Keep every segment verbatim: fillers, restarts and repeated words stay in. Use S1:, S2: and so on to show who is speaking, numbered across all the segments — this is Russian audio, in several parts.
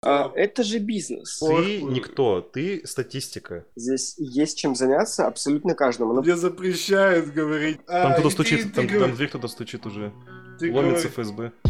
S1: А, это же бизнес.
S2: Ты никто, ты статистика.
S1: Здесь есть чем заняться абсолютно каждому. Ну,
S3: Мне запрещают говорить.
S2: Там
S3: А,
S2: кто-то
S3: и ты-
S2: стучит,
S3: ты
S2: там,
S3: говор-
S2: там дверь кто-то стучит уже.
S3: ты
S2: Ломится
S3: говор-
S2: эф эс бэ.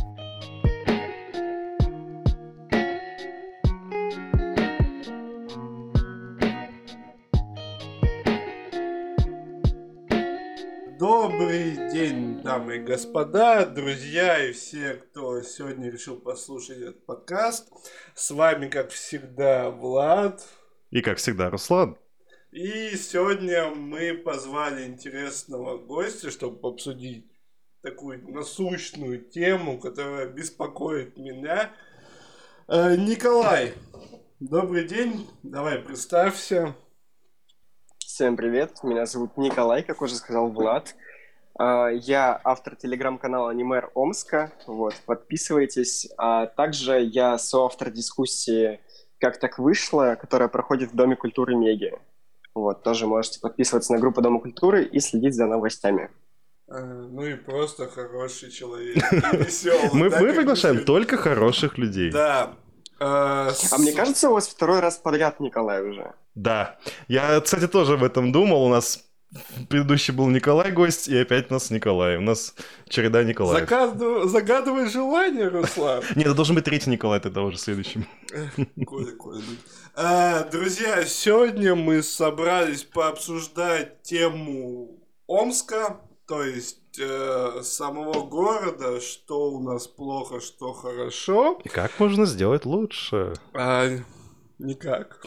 S3: Добрый день, дамы и господа, друзья и все, кто сегодня решил послушать этот подкаст. С вами, как всегда, Влад.
S2: И как всегда, Руслан.
S3: И сегодня мы позвали интересного гостя, чтобы обсудить такую насущную тему, которая беспокоит меня. Э, Николай, добрый день, давай представься.
S1: всем привет, меня зовут Николай, как уже сказал Влад. А, Я автор телеграм-канала Анимер Омска, вот, подписывайтесь. А также я соавтор дискуссии «Как так вышло», которая проходит в Доме культуры Меги. Вот, тоже можете подписываться на группу Дома культуры и следить за новостями.
S3: Э, Ну и просто хороший человек, и веселый.
S2: Мы,
S3: да,
S2: мы
S3: как
S2: приглашаем
S3: мы-
S2: только хороших людей.
S3: Да. Э, с-
S1: А мне кажется, у вас второй раз подряд Николай уже.
S2: Да. Я, кстати, тоже об этом думал. У нас предыдущий был Николай гость, и опять у нас Николай. У нас череда Николаев.
S3: Загадывай, загадывай желание, Руслан.
S2: Нет, это должен быть третий Николай тогда уже следующим.
S3: Коля, Коля. А, друзья, сегодня мы собрались пообсуждать тему Омска, то есть э, самого города, что у нас плохо, что хорошо.
S2: И как можно сделать лучше?
S3: А, никак.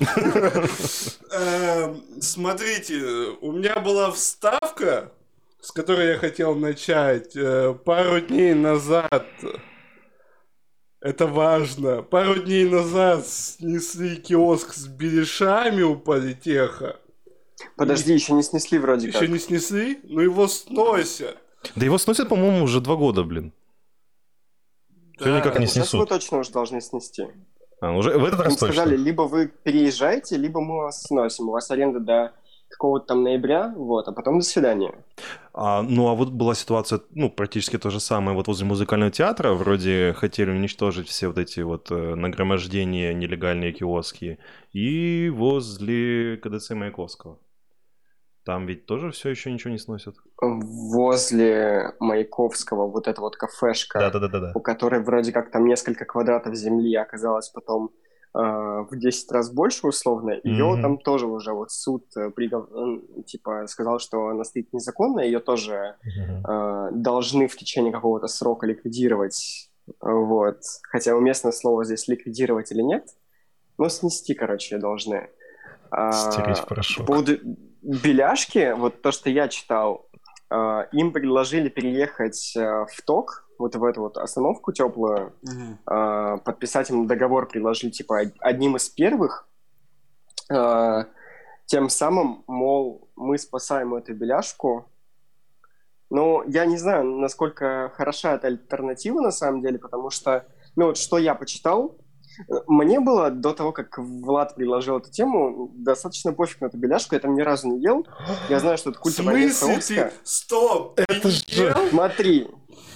S3: Эм, Смотрите, у меня была вставка, с которой я хотел начать э, пару дней назад. Это важно. Пару дней назад снесли киоск с беляшами у политеха.
S1: Подожди, еще не снесли вроде как.
S3: Еще не снесли, но его сносят.
S2: Да его сносят, по-моему, уже два года, блин. Всё
S3: Да.
S2: никак не
S1: Сейчас его
S2: снесут.
S1: точно уже должны снести.
S2: А, уже в этот раз
S1: Им
S2: точно.
S1: сказали, либо вы переезжаете, либо мы вас сносим. У вас аренда до какого-то там ноября, вот, а потом до свидания.
S2: А, ну, а вот была ситуация, ну, практически то же самое. Вот возле музыкального театра вроде хотели уничтожить все вот эти вот э, нагромождения, нелегальные киоски. И возле ка дэ цэ Маяковского. Там ведь тоже все еще ничего не сносят.
S1: Возле Маяковского вот эта вот кафешка,
S2: Да-да-да-да.
S1: у которой вроде как там несколько квадратов земли оказалось потом э, в десять раз больше условно, ее
S2: Мгм.
S1: там тоже уже вот суд э, пригов- м, типа сказал, что она стоит незаконно, ее тоже э, должны в течение какого-то срока ликвидировать, вот. Хотя уместное слово здесь ликвидировать или нет, но снести, короче, должны. А,
S2: Стереть в
S1: По
S2: порошок.
S1: поводу беляшки, вот то, что я читал, а, им предложили переехать а, в ТОК, вот в эту вот остановку теплую,
S3: Мгм.
S1: а, подписать им договор, предложили, типа, од- одним из первых, а, тем самым, мол, мы спасаем эту беляшку. Но я не знаю, насколько хороша эта альтернатива на самом деле, потому что, ну вот что я почитал, э, мне было до того, как Влад предложил эту тему, достаточно пофиг на эту беляшку, я там ни разу не ел. Я знаю, что это
S3: В
S1: культовое место
S3: смысле
S1: Омска.
S3: ты? Стоп! ты
S2: Это
S3: не
S2: же-
S3: ел?
S1: Смотри,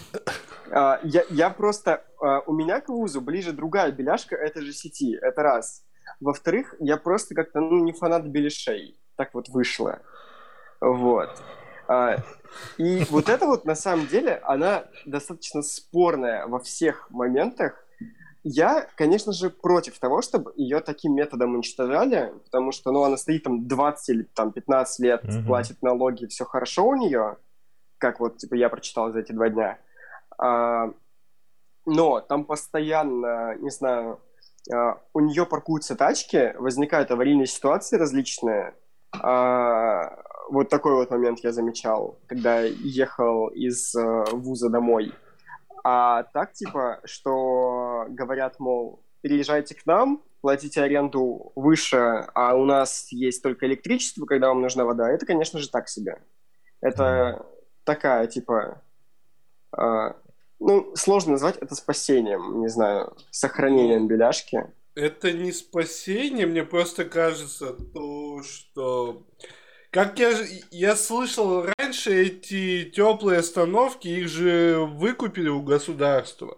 S1: а, я, я просто... а, у меня к вузу ближе другая беляшка этой же сети, это раз. Во-вторых, я просто как-то ну, не фанат беляшей. Так вот вышло. Вот. А, и вот это вот на самом деле, она достаточно спорная во всех моментах. Я, конечно же, против того, чтобы ее таким методом уничтожали, потому что, ну, она стоит там двадцать или там пятнадцать лет,
S2: Мгм.
S1: платит налоги, все хорошо у нее, как вот, типа, я прочитал за эти два дня. А, но там постоянно, не знаю, а, у нее паркуются тачки, возникают аварийные ситуации различные. А, вот такой вот момент я замечал, когда ехал из э, вуза домой. А так, типа, что говорят, мол, переезжайте к нам, платите аренду выше, а у нас есть только электричество, когда вам нужна вода, это, конечно же, так себе. Это такая, типа, а, ну, сложно назвать это спасением, не знаю, сохранением беляшки.
S3: Это не спасение, мне просто кажется то, что... Как я, ж- я слышал раньше, эти теплые остановки, их же выкупили у государства.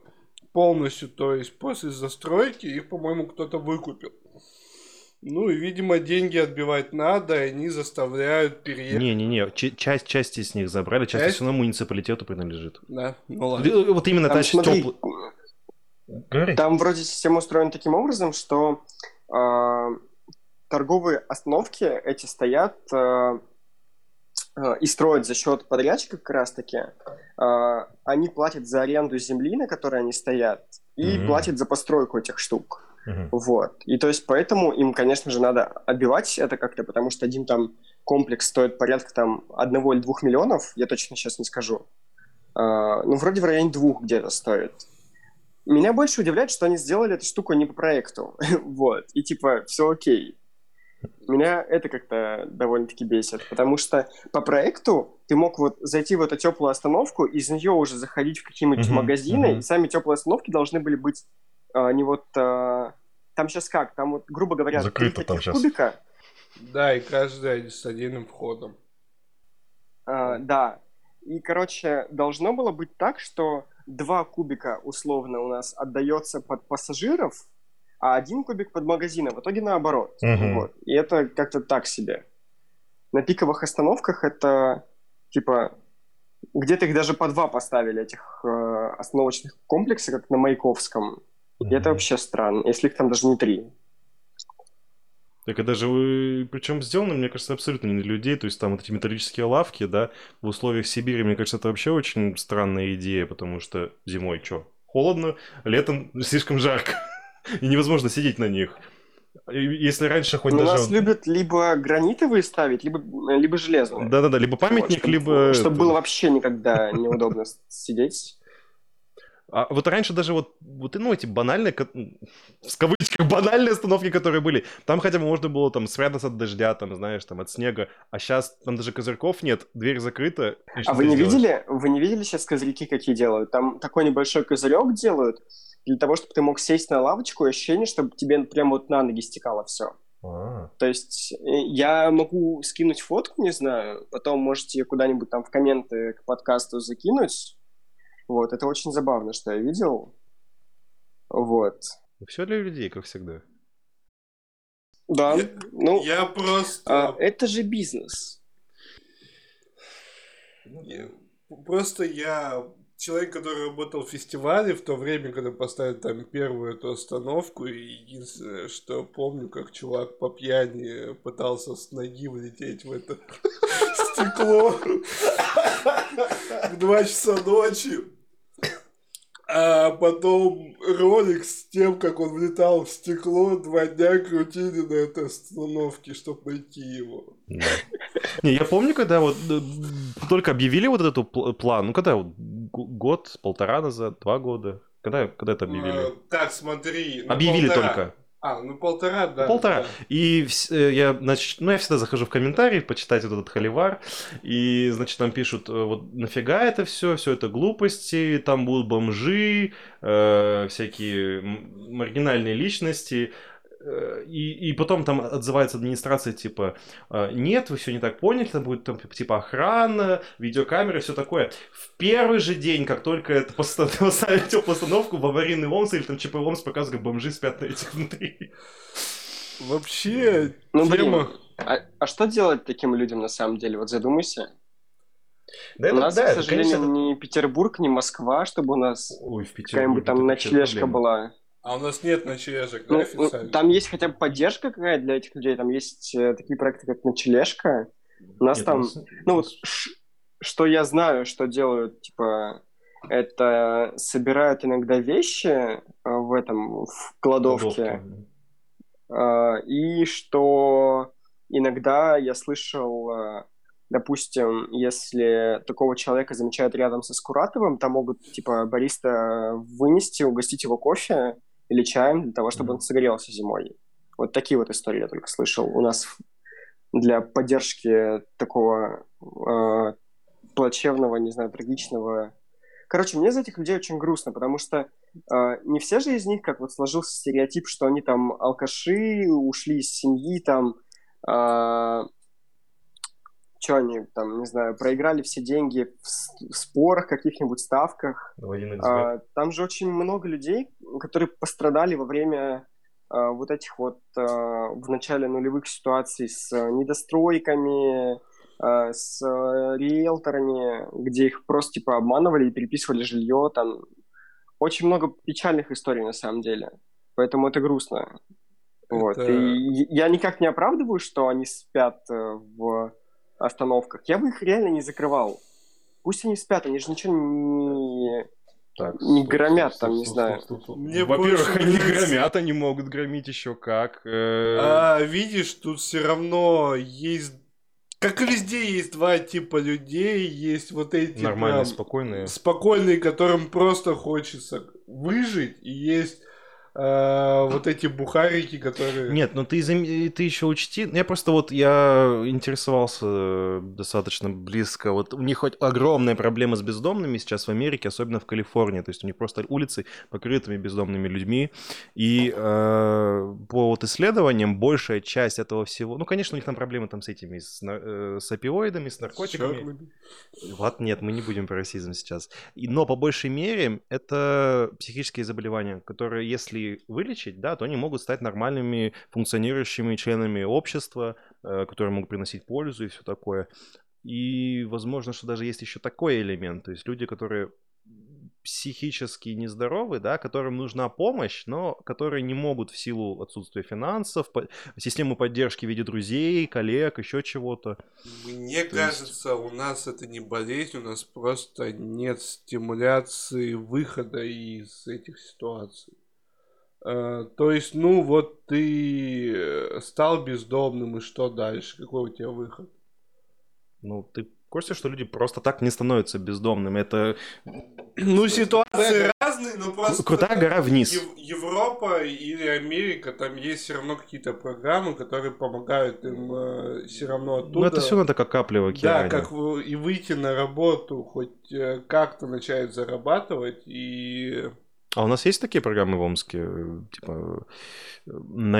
S3: полностью, то есть после застройки их, по-моему, кто-то выкупил. Ну и, видимо, деньги отбивать надо, и они заставляют переехать.
S2: Не-не-не, Ч- часть, часть из них забрали, часть,
S3: Часть?
S2: все равно муниципалитету принадлежит.
S3: Да, ну ладно.
S2: Вот именно
S1: Там,
S2: та часть
S1: смотри,
S2: теплая. Говори.
S1: там вроде система устроена таким образом, что э, торговые остановки эти стоят э, э, и строят за счет подрядчика как раз-таки. Э, они платят за аренду земли, на которой они стоят, и
S2: Мгм.
S1: платят за постройку этих штук.
S2: Мгм.
S1: Вот. И то есть поэтому им, конечно же, надо отбивать это как-то, потому что один там комплекс стоит порядка там одного или двух миллионов, я точно сейчас не скажу. А, ну, вроде в районе двух где-то стоит. Меня больше удивляет, что они сделали эту штуку не по проекту. Вот. И типа, все окей. Меня это как-то довольно-таки бесит, потому что по проекту ты мог вот зайти в эту теплую остановку, из нее уже заходить в какие-нибудь
S2: Мгм,
S1: магазины,
S2: мгм.
S1: и сами теплые остановки должны были быть а, не вот... а, там сейчас как? Там вот, грубо говоря, три
S2: Закрыто там
S1: таких
S2: щас.
S1: кубика.
S3: Да, и каждый с отдельным входом.
S1: а, да. И, короче, должно было быть так, что два кубика условно у нас отдается под пассажиров, а один кубик под магазины. В итоге наоборот.
S2: Мгм.
S1: Вот. И это как-то так себе. На пиковых остановках это, типа, где-то их даже по два поставили, этих э, остановочных комплексов, как на Маяковском. И это
S2: Мгм.
S1: вообще странно, если их там даже не три.
S2: Так и даже вы... Причем сделано, мне кажется, абсолютно не для людей. То есть там вот эти металлические лавки, да, в условиях Сибири, мне кажется, это вообще очень странная идея, потому что зимой что? Холодно, летом слишком жарко. И невозможно сидеть на них. И Если раньше хоть
S1: Но у
S2: даже...
S1: нас любят либо гранитовые ставить, либо, либо железные.
S2: Да-да-да, либо
S1: Вот,
S2: памятник,
S1: чтобы,
S2: либо...
S1: чтобы
S2: это.
S1: было вообще никогда неудобно с- сидеть.
S2: А вот раньше даже вот, вот ну, эти банальные, ко- в кавычках, банальные остановки, которые были, там хотя бы можно было там спрятаться от дождя, там, знаешь, там, от снега, а сейчас там даже козырьков нет, дверь закрыта, и
S1: А
S2: что
S1: вы
S2: ты
S1: не
S2: сделаешь?
S1: видели, вы не видели сейчас козырьки какие делают? Там такой небольшой козырек делают для того, чтобы ты мог сесть на лавочку, и ощущение, чтобы тебе прямо вот на ноги стекало все.
S2: А,
S1: То есть э, я могу скинуть фотку, не знаю, потом можете ее куда-нибудь там в комменты к подкасту закинуть. Вот, это очень забавно, что я видел. Вот.
S2: все для людей, как всегда.
S1: Да,
S3: Я,
S1: ну,
S3: я
S1: а,
S3: просто...
S1: это же бизнес.
S3: я- просто я человек, который работал в фестивале в то время, когда поставили там первую эту остановку, и единственное, что помню, как чувак по пьяни пытался с ноги влететь в это стекло в два часа ночи. А потом ролик с тем, как он влетал в стекло, два дня крутили на этой остановке, чтобы найти его.
S2: Да. Не, я помню, когда вот э, только объявили вот эту пл- план, ну когда, вот, г- год, полтора назад, два года, когда, когда это объявили?
S3: А, так, смотри, ну
S2: Объявили
S3: полтора.
S2: только.
S3: А, ну полтора, да.
S2: Полтора.
S3: да.
S2: И вс- э, я, значит, ну, я всегда захожу в комментарии, почитать вот этот холивар, и, значит, там пишут, э, вот нафига это все, все это глупости, там будут бомжи, э, всякие м- маргинальные личности, э, и, и потом там отзывается администрация, типа, э, нет, вы все не так поняли, там будет, там, типа, охрана, видеокамеры, все такое. В первый же день, как только это поставили теплую установку, в аварийный ОМС или там ЧП ОМС показывают, как бомжи спят на этих внутри.
S3: Вообще,
S1: Ну,
S3: тема...
S1: блин, а, а что делать таким людям на самом деле? Вот задумайся.
S2: Да,
S1: У
S2: это,
S1: нас,
S2: да,
S1: к
S2: это, конечно,
S1: сожалению,
S2: это...
S1: не Петербург, не Москва, чтобы у нас
S2: Ой, в
S1: какая-нибудь
S2: Петербурге это
S1: там
S2: вообще
S1: ночлежка
S2: проблема.
S1: была.
S3: А у нас нет ночлежек, да,
S1: Ну, ну,
S3: официально?
S1: там есть хотя бы поддержка какая-то для этих людей. Там есть э, такие проекты, как ночлежка. У нас
S2: Нет, у
S1: там,
S2: нас...
S1: ну
S2: у
S1: вот,
S2: нас-
S1: ш- что я знаю, что делают, типа, это собирают иногда вещи э, в этом, в кладовке.
S2: кладовки.
S1: А, И что иногда я слышал, э, допустим, если такого человека замечают рядом со Скуратовым, там могут, типа, бариста вынести, угостить его кофе или чаем для того, чтобы он
S2: Мгм.
S1: согрелся зимой. Вот такие вот истории я только слышал. У нас для поддержки такого э, плачевного, не знаю, трагичного. Короче, мне за этих людей очень грустно, потому что э, не все же из них, как вот сложился стереотип, что они там алкаши, ушли из семьи, там э, что они там, не знаю, проиграли все деньги в, с- в спорах, каких-нибудь ставках.
S2: В один икс бет.
S1: А, там же очень много людей, которые пострадали во время а, вот этих вот а, в начале нулевых ситуаций с а, недостройками, а, с а, риэлторами, где их просто типа обманывали и переписывали жилье. Там очень много печальных историй на самом деле. Поэтому это грустно. Вот. И
S3: Это...
S1: я никак не оправдываю, что они спят э, в остановках. Я бы их реально не закрывал. Пусть они спят, они же ничего не,
S2: Так,
S1: не
S2: стоп,
S1: громят
S2: стоп,
S1: там,
S2: стоп,
S1: не
S2: стоп,
S1: знаю.
S2: стоп, стоп, стоп.
S3: Мне
S2: Во-первых,
S3: больше
S2: они
S3: нравится-
S2: громят, они могут громить еще как. э,
S3: А, видишь, тут все равно есть... Как и везде, есть два типа людей. Есть вот эти
S2: Нормальные,
S3: прям
S2: спокойные.
S3: спокойные, которым просто хочется выжить. И есть э, вот эти бухарики, которые...
S2: Нет, ну ты, зам- ты еще учти. Я просто вот, я интересовался э, достаточно близко. Вот у них хоть огромная проблема с бездомными сейчас в Америке, особенно в Калифорнии. То есть у них просто улицы покрытыми бездомными людьми. И э, по вот исследованиям большая часть этого всего... Ну, конечно, у них там проблемы там с этими, с, на- э, с опиоидами, с наркотиками.
S3: Чёрными.
S2: Ладно, нет, мы не будем про расизм сейчас. И- но по большей мере это психические заболевания, которые, если вылечить, да, то они могут стать нормальными функционирующими членами общества, э, которые могут приносить пользу и все такое. И возможно, что даже есть еще такой элемент, то есть люди, которые психически нездоровы, да, которым нужна помощь, но которые не могут в силу отсутствия финансов, по- системы поддержки в виде друзей, коллег, еще чего-то.
S3: Мне
S2: То есть-
S3: кажется, у нас это не болезнь, у нас просто нет стимуляции выхода из этих ситуаций. Э, То есть, ну вот ты э, стал бездомным, и что дальше? Какой у тебя выход?
S2: Ну, ты в курсе, что люди просто так не становятся бездомными? Это
S3: Ну, ситуации разные, но просто...
S2: крутая гора вниз.
S3: Ев- Европа или Америка, там есть все равно какие-то программы, которые помогают им все равно оттуда...
S2: Ну, это все надо как капля в
S3: Да,
S2: океане.
S3: как в- и выйти на работу, хоть э, как-то начать зарабатывать, и...
S2: А у нас есть такие программы в Омске, э, типа э,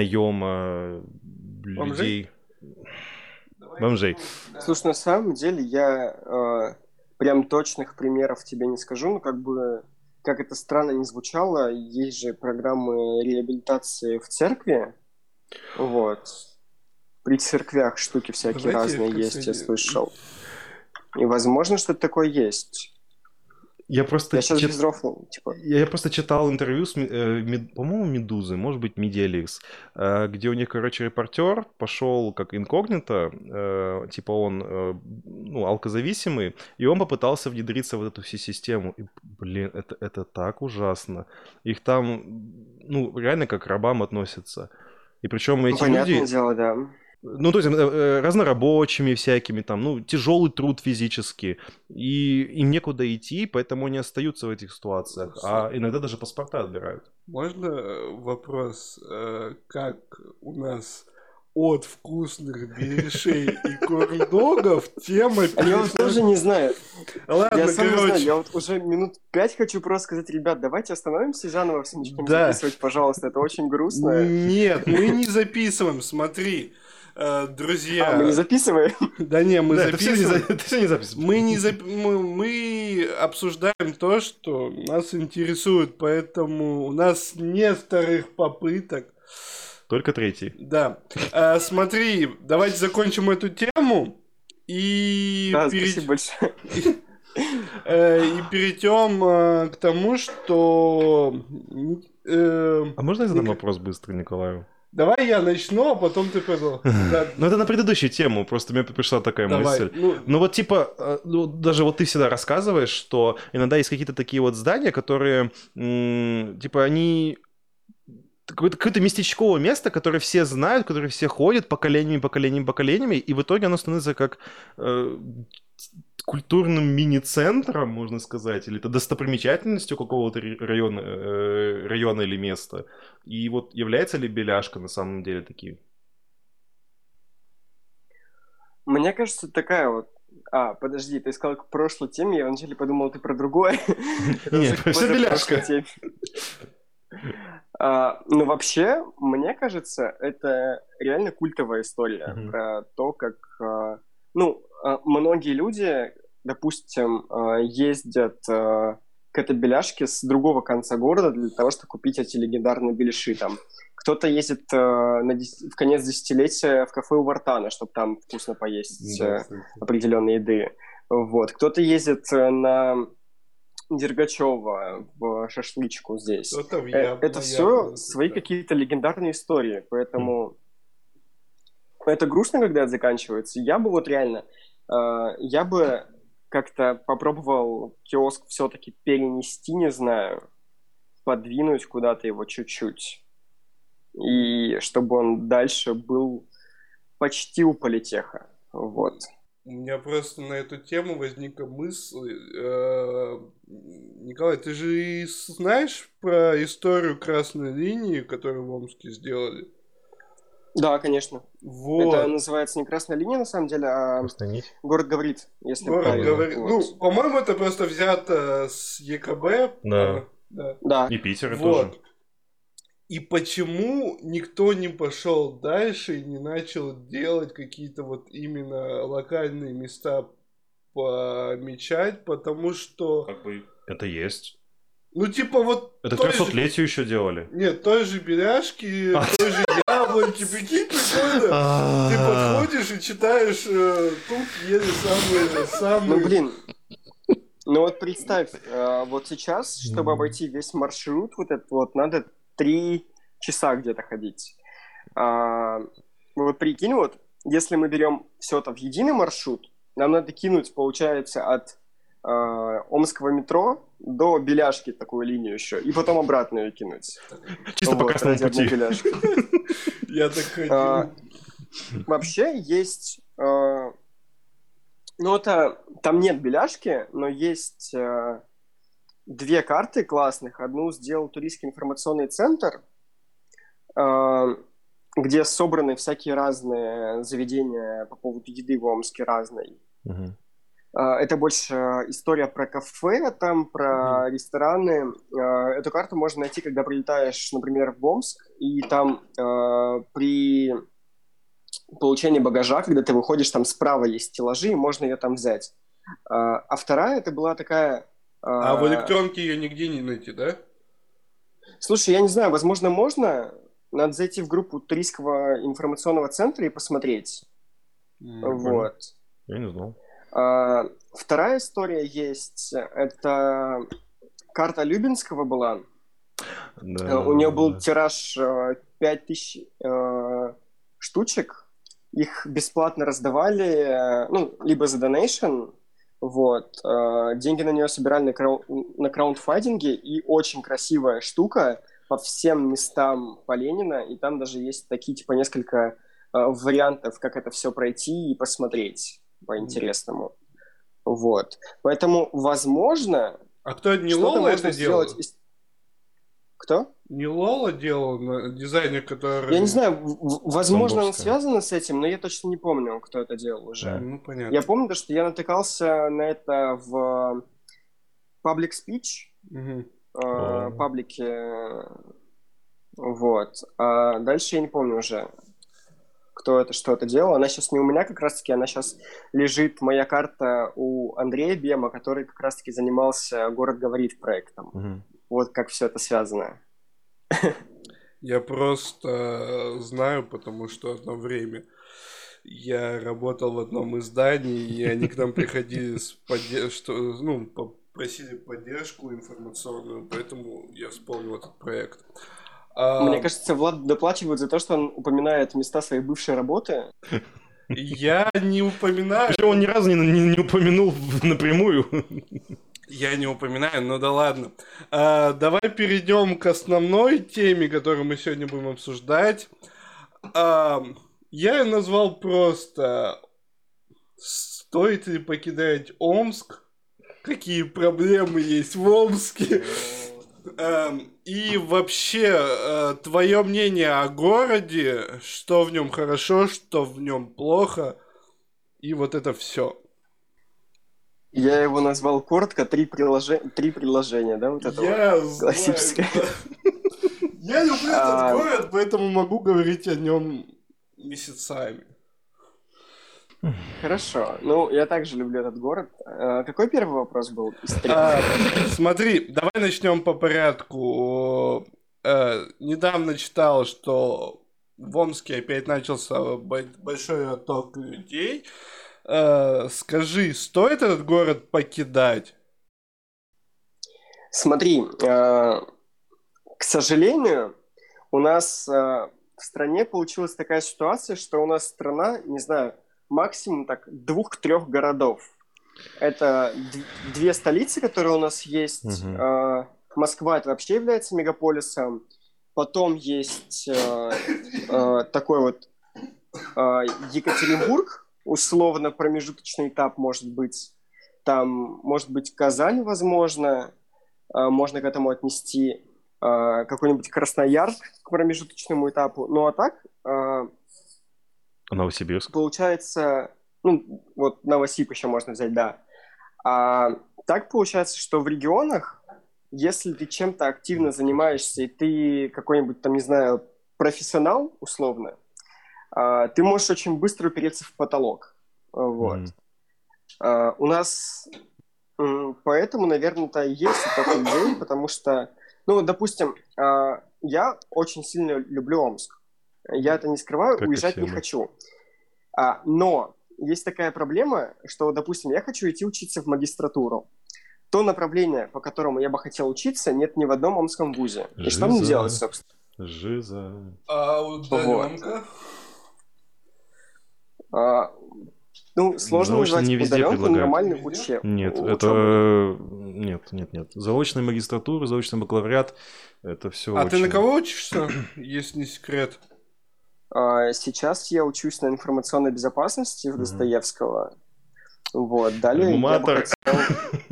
S2: наема людей, бомжей?
S1: Слушай, на самом деле я э, прям точных примеров тебе не скажу, но как бы, как это странно не звучало, есть же программы реабилитации в церкви, вот. При церквях штуки всякие
S3: Давайте
S1: разные
S3: в
S1: есть, я
S3: конце-
S1: слышал. И возможно, что-то такое есть.
S2: Я просто,
S1: Я сейчас
S2: чит-
S1: без рофла, типа.
S2: я просто читал интервью с, Ми- э, Мед- по-моему, Медузы, может быть, Медиаликс, э, где у них, короче, репортер пошел как инкогнито, э, типа он, э, ну, алкозависимый, и он попытался внедриться в эту всю систему. И, блин, это, это так ужасно. Их там, ну, реально как к рабам относятся. И причем
S1: Ну,
S2: эти
S1: понятное
S2: люди,
S1: дело, да.
S2: ну, то есть э, э, разнорабочими всякими там, ну, тяжелый труд физически, и им некуда идти, поэтому они остаются в этих ситуациях, а иногда даже паспорта отбирают.
S3: Можно э, вопрос, э, как у нас от вкусных беляшей и корндогов тема...
S1: А я вот тоже не знаю.
S3: Ладно,
S1: Я сам не знаю,
S3: короче.
S1: я вот уже минут пять хочу просто сказать, ребят, давайте остановимся и заново все начнем
S3: Да.
S1: записывать, пожалуйста, это очень грустно.
S3: Нет, мы не записываем, смотри. Э, Друзья...
S1: А, мы не записываем?
S3: Да не, мы
S2: Да, это все не,
S3: записываем.
S2: за- это все не запись.
S3: Мы не зап... мы, мы обсуждаем то, что нас интересует, поэтому у нас нет вторых попыток.
S2: Только третий.
S3: Да. А, смотри, давайте закончим эту тему и,
S1: Да,
S3: перейд-
S1: спасибо большое.
S3: э, и перейдем э, к тому, что э,
S2: А можно я задам
S3: Ник-
S2: вопрос быстро Николаю?
S3: давай я начну, а потом ты продолжишь. Да,
S2: Ну, это на предыдущую тему, просто мне пришла такая
S3: давай.
S2: мысль.
S3: Ну,
S2: Ну вот типа, э, ну, даже вот ты всегда рассказываешь, что иногда есть какие-то такие вот здания, которые, м, типа, они какое-то, какое-то местечковое место, которое все знают, которое все ходят поколениями, поколениями, поколениями, и в итоге оно становится как э, культурным мини-центром, можно сказать, или это достопримечательностью какого-то ре- района, э, района или места. И вот является ли Беляшка на самом деле таким?
S1: Мне кажется, такая вот... А, подожди, ты сказал к прошлой теме, я вначале подумал, ты про другое. Это
S2: Не,
S1: уже к
S2: всё
S1: позапрошлой
S2: Беляшка.
S1: теме. А, Ну, вообще, мне кажется, это реально культовая история
S2: Мгм.
S1: про то, как а, ну, э, многие люди, допустим, э, ездят э, к этой беляшке с другого конца города для того, чтобы купить эти легендарные беляши там. Кто-то ездит э, на дес- в конец десятилетия в кафе у Вартана, чтобы там вкусно поесть
S3: Да,
S1: э,
S3: кстати.
S1: определенной еды. Вот. Кто-то ездит э, на Дергачева в шашлычку здесь.
S3: Кто-то в
S1: Э,
S3: Яб-
S1: Это
S3: на
S1: все
S3: Яблоко,
S1: свои
S3: да.
S1: какие-то легендарные истории, поэтому это грустно, когда это заканчивается. Я бы вот реально, э, я бы как-то попробовал киоск все-таки перенести, не знаю, подвинуть куда-то его чуть-чуть, и чтобы он дальше был почти у политеха. Вот.
S3: У меня просто на эту тему возникла мысль. э, Николай, ты же и знаешь про историю красной линии, которую в Омске сделали?
S1: Да, конечно. Это
S3: Вот.
S1: называется не красная линия, на самом деле, а
S2: Красная нить.
S1: город говорит, если
S3: Город
S1: правильно.
S3: говорит.
S1: Вот.
S3: Ну, по-моему, это просто взято с ЕКБ.
S2: Да.
S3: а, да.
S1: Да.
S2: И Питер тоже.
S3: Вот. И почему никто не пошел дальше и не начал делать какие-то вот именно локальные места помечать, потому что,
S2: Как бы это есть.
S3: ну, типа вот...
S2: Это к
S3: той же-
S2: трехсотлетию еще делали.
S3: Нет, той же Беляшки,
S2: А.
S3: той же Яблоньки, прикинь, прикольно. Ты подходишь и читаешь, э, тут еле самые... самые...
S1: Ну, блин, ну вот представь, э, вот сейчас, чтобы обойти весь маршрут, вот этот вот, надо три часа где-то ходить. А, ну вот прикинь, вот, если мы берем все это в единый маршрут, нам надо кинуть, получается, от э, Омского метро до Беляшки такую линию еще, и потом обратно ее кинуть.
S2: Чисто по
S1: Вот,
S2: красному
S1: ради одной
S2: пути.
S1: Беляшки.
S3: Я так ходил.
S1: А, Вообще есть... э, Ну, это... Там нет Беляшки, но есть э, две карты классных. Одну сделал Туристский информационный центр, э, где собраны всякие разные заведения по поводу еды в Омске разной.
S2: Мгм.
S1: Э, Это больше история про кафе, там, про рестораны. Э, Эту карту можно найти, когда прилетаешь, например, в Омск, и там э, при получении багажа, когда ты выходишь, там справа есть стеллажи, и можно ее там взять. А а вторая, это была такая...
S3: А в
S1: э,
S3: электронке ее нигде не найти, да?
S1: Слушай, я не знаю, возможно, можно. Надо зайти в группу Туристского информационного центра и посмотреть.
S3: М.
S1: Вот.
S2: Я не знал.
S1: А, Вторая история есть. Это карта Любинского была.
S2: Да,
S1: Э, У нее был
S2: да.
S1: тираж э, пять тысяч э, штучек. Их бесплатно раздавали, э, ну, либо за донейшн, вот. Э, Деньги на нее собирали на, крау- на краундфандинге, и очень красивая штука по всем местам по Ленина, и там даже есть такие, типа, несколько э, вариантов, как это все пройти и посмотреть по-интересному. Вот. Поэтому, возможно,
S3: А кто, не
S1: что-то
S3: Лола
S1: можно
S3: это делал?
S1: сделать... из- Кто?
S3: Не Лола делал, на- дизайнер, который...
S1: Я не знаю, в- в- возможно, он
S2: Тамбовская.
S1: связан с этим, но я точно не помню, кто это делал уже.
S3: Ну, понятно.
S1: Я помню, что я натыкался на это в Public Speech,
S3: Мгм.
S1: э,
S2: О.
S1: паблике, вот. А дальше я не помню уже, кто это, что это делал. Она сейчас не у меня как раз-таки, она сейчас лежит, моя карта, у Андрея Бема, который как раз-таки занимался «Город говорит» проектом.
S2: Мгм.
S1: Вот как все это связано.
S3: Я просто знаю, потому что одно время я работал в одном издании, и они к нам приходили с поддерж- что, ну, попросили поддержку информационную, поэтому я вспомнил этот проект. А,
S1: Мне кажется, Влад доплачивают за то, что он упоминает места своей бывшей работы.
S3: я не упоминаю,
S2: Причем он ни разу не, не- не упомянул в- напрямую.
S3: я не упоминаю, но да ладно. А, давай перейдем к основной теме, которую мы сегодня будем обсуждать. А, я ее назвал просто «Стоит ли покидать Омск? Какие проблемы есть в Омске?» Эм, И вообще, твое мнение о городе, что в нем хорошо, что в нем плохо, и вот это все.
S1: Я его назвал коротко «Три, приложе... Три предложения», да, вот это
S3: Я
S1: вот классическое.
S3: знаю, да. Я люблю этот
S1: А.
S3: город, поэтому могу говорить о нем месяцами.
S1: Хорошо. Ну, я также люблю этот город. А, какой первый вопрос был из трех?
S3: А, смотри, давай начнем по порядку. Э, недавно читал, что в Омске опять начался бо- большой отток людей. Э, скажи, стоит этот город покидать?
S1: Смотри, а, к сожалению, у нас а, в стране получилась такая ситуация, что у нас страна, не знаю, максимум так двух-трех городов. Это д- две столицы, которые у нас есть.
S2: Мгм.
S1: А, Москва это вообще является мегаполисом. Потом есть а, а, такой вот а, Екатеринбург, условно промежуточный этап может быть. Там может быть Казань, возможно, а, можно к этому отнести а, какой-нибудь Красноярск к промежуточному этапу. Ну а так а,
S2: Новосибирск.
S1: получается, ну вот Новосиб еще можно взять, да. А так получается, что в регионах, если ты чем-то активно занимаешься, и ты какой-нибудь там, не знаю, профессионал, условно, а, ты можешь очень быстро упереться в потолок. Вот.
S2: Мгм.
S1: А, у нас м, поэтому, наверное-то и есть отток людей, потому что, ну, допустим, а, я очень сильно люблю Омск. Я это не скрываю,
S2: Как и
S1: уезжать
S2: все
S1: не
S2: мы.
S1: хочу. А, но есть такая проблема, что, допустим, я хочу идти учиться в магистратуру. То направление, по которому я бы хотел учиться, нет ни в одном омском вузе. И что мне делать,
S2: Жиза,
S1: собственно?
S2: жиза.
S3: А
S1: Вот.
S3: удаленка?
S1: А, ну, сложно
S2: Заочно
S1: назвать
S2: не везде
S1: удаленку
S2: предлагают.
S1: нормальной
S3: Везде?
S1: уче-
S2: Нет,
S1: учебой.
S2: это... Нет, нет, нет. Заочная магистратура, заочный бакалавриат, это все
S3: А ты на
S2: очень...
S3: кого учишься, если не секрет?
S1: А, сейчас я учусь на информационной безопасности в
S2: Мгм.
S1: Достоевского. Вот. Далее я бы
S2: Альма-матер.
S1: хотел...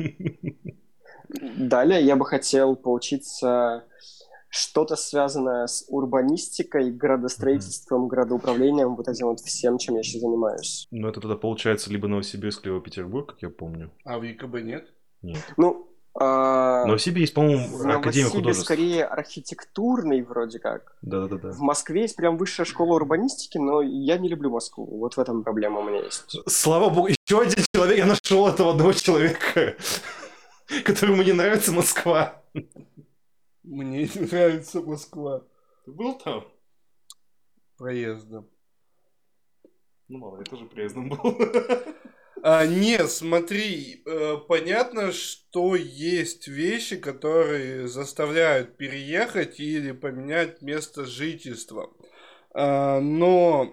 S1: Далее я бы хотел поучиться что-то связанное с урбанистикой,
S2: Мгм.
S1: градостроительством, градоуправлением, вот этим вот всем, чем я сейчас занимаюсь.
S2: Ну, это тогда получается либо Новосибирск, либо Петербург, как я помню.
S3: А в ЕКБ нет?
S2: Нет.
S1: Ну,
S2: В
S1: а,
S2: Новосибе есть,
S1: в
S2: по-моему, Академия
S1: Новосибе
S2: художеств.
S1: скорее архитектурный вроде как.
S2: Да-да-да.
S1: В Москве есть прям высшая школа урбанистики, но я не люблю Москву. Вот в этом проблема у меня есть.
S2: Слава богу, еще один человек, я нашел этого одного человека, которому не нравится Москва.
S3: Мне не нравится Москва.
S2: Ты был там?
S3: Проездом.
S2: Ну, мало, я тоже проездом был.
S3: А, нет, смотри, э, понятно, что есть вещи, которые заставляют переехать или поменять место жительства. А, но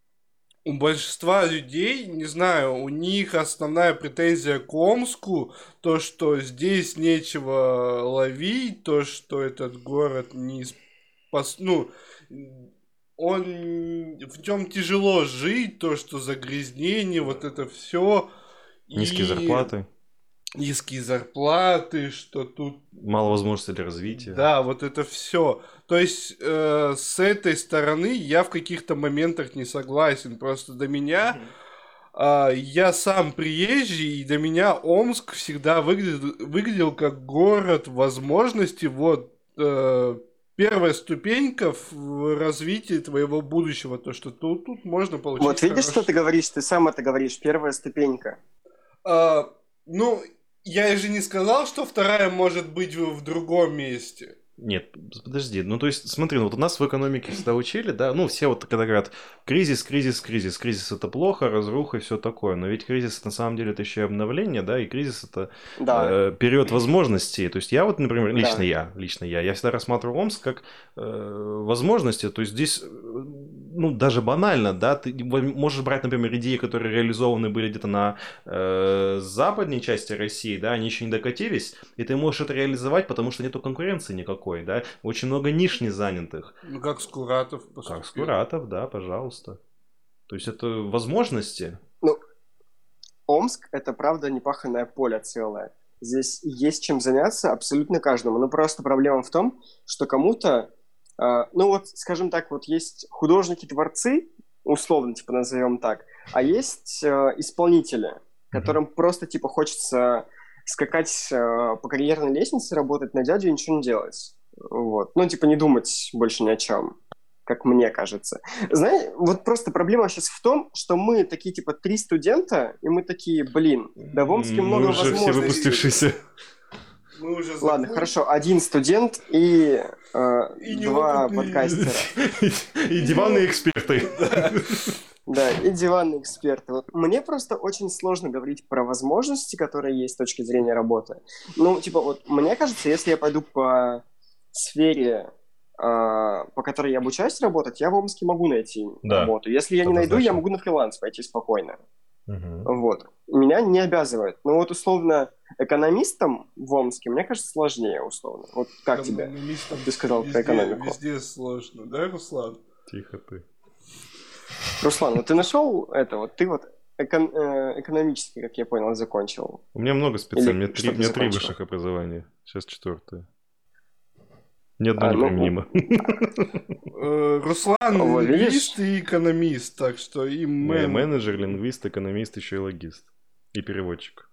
S3: у большинства людей, не знаю, у них основная претензия к Омску, то, что здесь нечего ловить, то, что этот город не спас... Ну, он... В нем тяжело жить, то, что загрязнение, вот это все.
S2: Низкие
S3: И
S2: зарплаты,
S3: низкие зарплаты, что тут...
S2: мало возможностей для развития.
S3: Да, вот это все. То есть э, с этой стороны я в каких-то моментах не согласен. Просто до меня а, я сам приезжий, и для меня Омск всегда выглядел, выглядел как город возможностей. Вот э, первая ступенька в развитии твоего будущего. То, что тут, тут можно получить
S1: Вот видишь, что ты
S3: хороший...
S1: говоришь? Ты сам это говоришь. Первая ступенька.
S3: А, ну, я же не сказал, что вторая может быть в, в другом месте.
S2: Нет, подожди, ну то есть смотри, ну вот у нас в экономике всегда учили, да, ну все вот когда говорят кризис, кризис, кризис, кризис это плохо, разруха и все такое, но ведь кризис на самом деле это еще и обновление, да, и кризис это
S1: Да,
S2: э, период возможностей, то есть я вот, например, лично
S1: да.
S2: я, лично я, я всегда рассматриваю Омск как э, возможности, то есть здесь, э, ну даже банально, да, ты можешь брать, например, идеи, которые реализованы были где-то на э, западной части России, да, они еще не докатились, и ты можешь это реализовать, потому что нету конкуренции никакой. Да? Очень много ниш незанятых.
S3: Ну, как Скуратов поступил.
S2: Как Скуратов, да, пожалуйста. То есть это возможности.
S1: Ну, Омск – это, правда, непаханное поле целое. Здесь есть чем заняться абсолютно каждому. Но просто проблема в том, что кому-то, э, ну вот, скажем так, вот есть художники-творцы, условно, типа, назовем так, а есть э, исполнители, которым mm-hmm. просто, типа, хочется скакать э, по карьерной лестнице, работать на дядю и ничего не делать. Вот. Ну, типа, не думать больше ни о чем. как мне кажется. Знаешь, вот просто проблема сейчас в том, что мы такие, типа, три студента, и мы такие, блин, да в Омске
S2: Мы
S1: много
S2: уже все
S1: возможностей.
S2: выпустившиеся.
S3: Мы уже
S1: Ладно,
S3: закончили.
S1: хорошо, один студент и, э,
S3: И
S1: два
S3: неопытные-
S1: подкастера.
S2: И диванные эксперты.
S1: Да, и диванные эксперты. Вот мне просто очень сложно говорить про возможности, которые есть с точки зрения работы. Ну, типа, вот мне кажется, если я пойду по сфере, э, по которой я обучаюсь работать, я в Омске могу найти
S2: Да,
S1: работу. Если я не найду, я
S2: однозначно.
S1: могу на фриланс пойти спокойно.
S2: Мгм.
S1: Вот. Меня не обязывает. Ну вот условно экономистом в Омске, мне кажется, сложнее условно. Вот как тебе?
S3: Экономистам
S1: Ты сказал про
S3: везде-
S1: экономику.
S3: Везде сложно, да, Руслан?
S2: Тихо ты.
S1: Руслан, вот ты нашел это? Вот ты вот экон- э, экономический, как я понял, закончил.
S2: У меня много специальностей. У меня
S1: Или
S2: три,
S1: что
S2: у
S1: ты
S2: меня три
S1: закончил?
S2: высших образования. Сейчас четвертое. Ни одно
S1: А,
S2: не
S1: ну,
S2: применимо.
S3: Э, Руслан
S1: Вот,
S3: лингвист
S1: видишь?
S3: и экономист, так что и
S2: Я
S3: мен-
S2: менеджер, лингвист, экономист, еще и логист. И переводчик.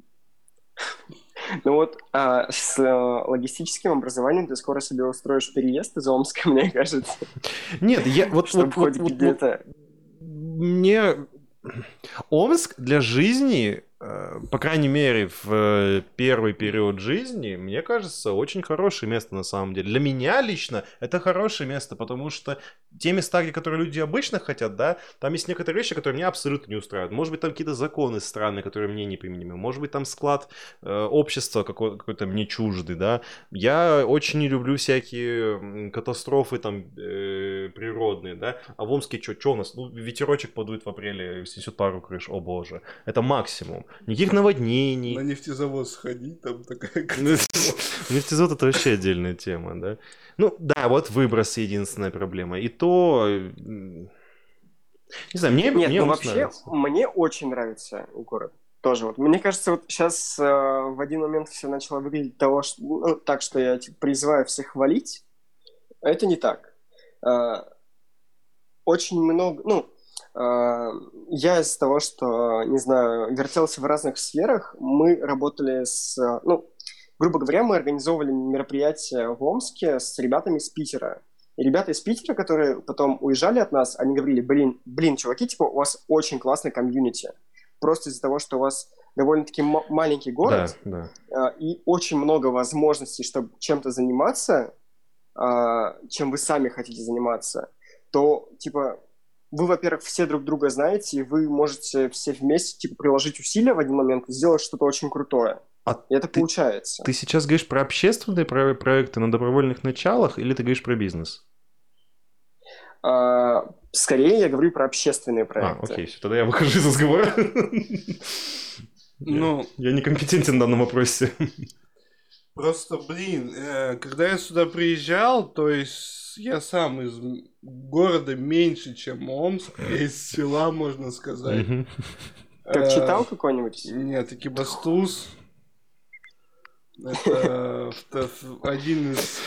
S1: Ну вот а, с э, логистическим образованием ты скоро себе устроишь переезд из Омска, мне кажется,
S2: Нет, я вот,
S1: чтобы
S2: вот, вот,
S1: хоть
S2: вот-
S1: где-то...
S2: мне Омск для жизни, э, по крайней мере, в э, первый период жизни, мне кажется, очень хорошее место на самом деле. Для меня лично это хорошее место, потому что те места, где которые люди обычно хотят, да, там есть некоторые вещи, которые меня абсолютно не устраивают. Может быть, там какие-то законы странные, которые мне неприменимы. Может быть, там склад э, общества какой- какой-то мне чуждый, да. Я очень не люблю всякие м, катастрофы там э, природные, да. А в Омске что у нас? Ну, ветерочек подует в апреле, снесет пару крыш, о боже. Это максимум. Никаких
S3: на
S2: наводнений.
S3: нефтезавод сходить, там такая
S2: Ну,
S3: катастрофа.
S2: Нефтезавод это вообще отдельная тема, да. Ну, да, вот выброс единственная проблема. И то, м, не знаю, мне,
S1: Нет,
S2: мне
S1: ну
S2: Омск
S1: вообще,
S2: нравится.
S1: мне очень нравится город. Тоже вот. Мне кажется, вот сейчас в один момент все начало выглядеть того, что, ну, так, что я типа, призываю всех хвалить. А это не так. Э, очень много, ну, э, я из-за того, что, не знаю, вертелся в разных сферах, мы работали с, э, ну, грубо говоря, мы организовывали мероприятия в Омске с ребятами из Питера. И ребята из Питера, которые потом уезжали от нас, они говорили, блин, блин, чуваки, типа, у вас очень классный комьюнити. Просто из-за того, что у вас довольно-таки м- маленький город,
S2: Да, да.
S1: э, и очень много возможностей, чтобы чем-то заниматься, э, чем вы сами хотите заниматься, то, типа, вы, во-первых, все друг друга знаете, и вы можете все вместе, типа, приложить усилия в один момент и сделать что-то очень крутое.
S2: А
S1: И это
S2: ты,
S1: получается.
S2: ты сейчас говоришь про общественные про- проекты на добровольных началах или ты говоришь про бизнес?
S1: А, скорее я говорю про общественные
S2: А,
S1: проекты.
S2: окей, все, тогда я выхожу из разговора.
S3: Ну,
S2: Я некомпетентен в данном вопросе.
S3: просто, блин, э, когда я сюда приезжал, то есть я сам из м- города меньше, чем Омск, я из села, можно сказать.
S2: Мгм.
S1: Как
S3: Э,
S1: читал какой-нибудь?
S3: Нет, Экибастуз. Это вто- один из...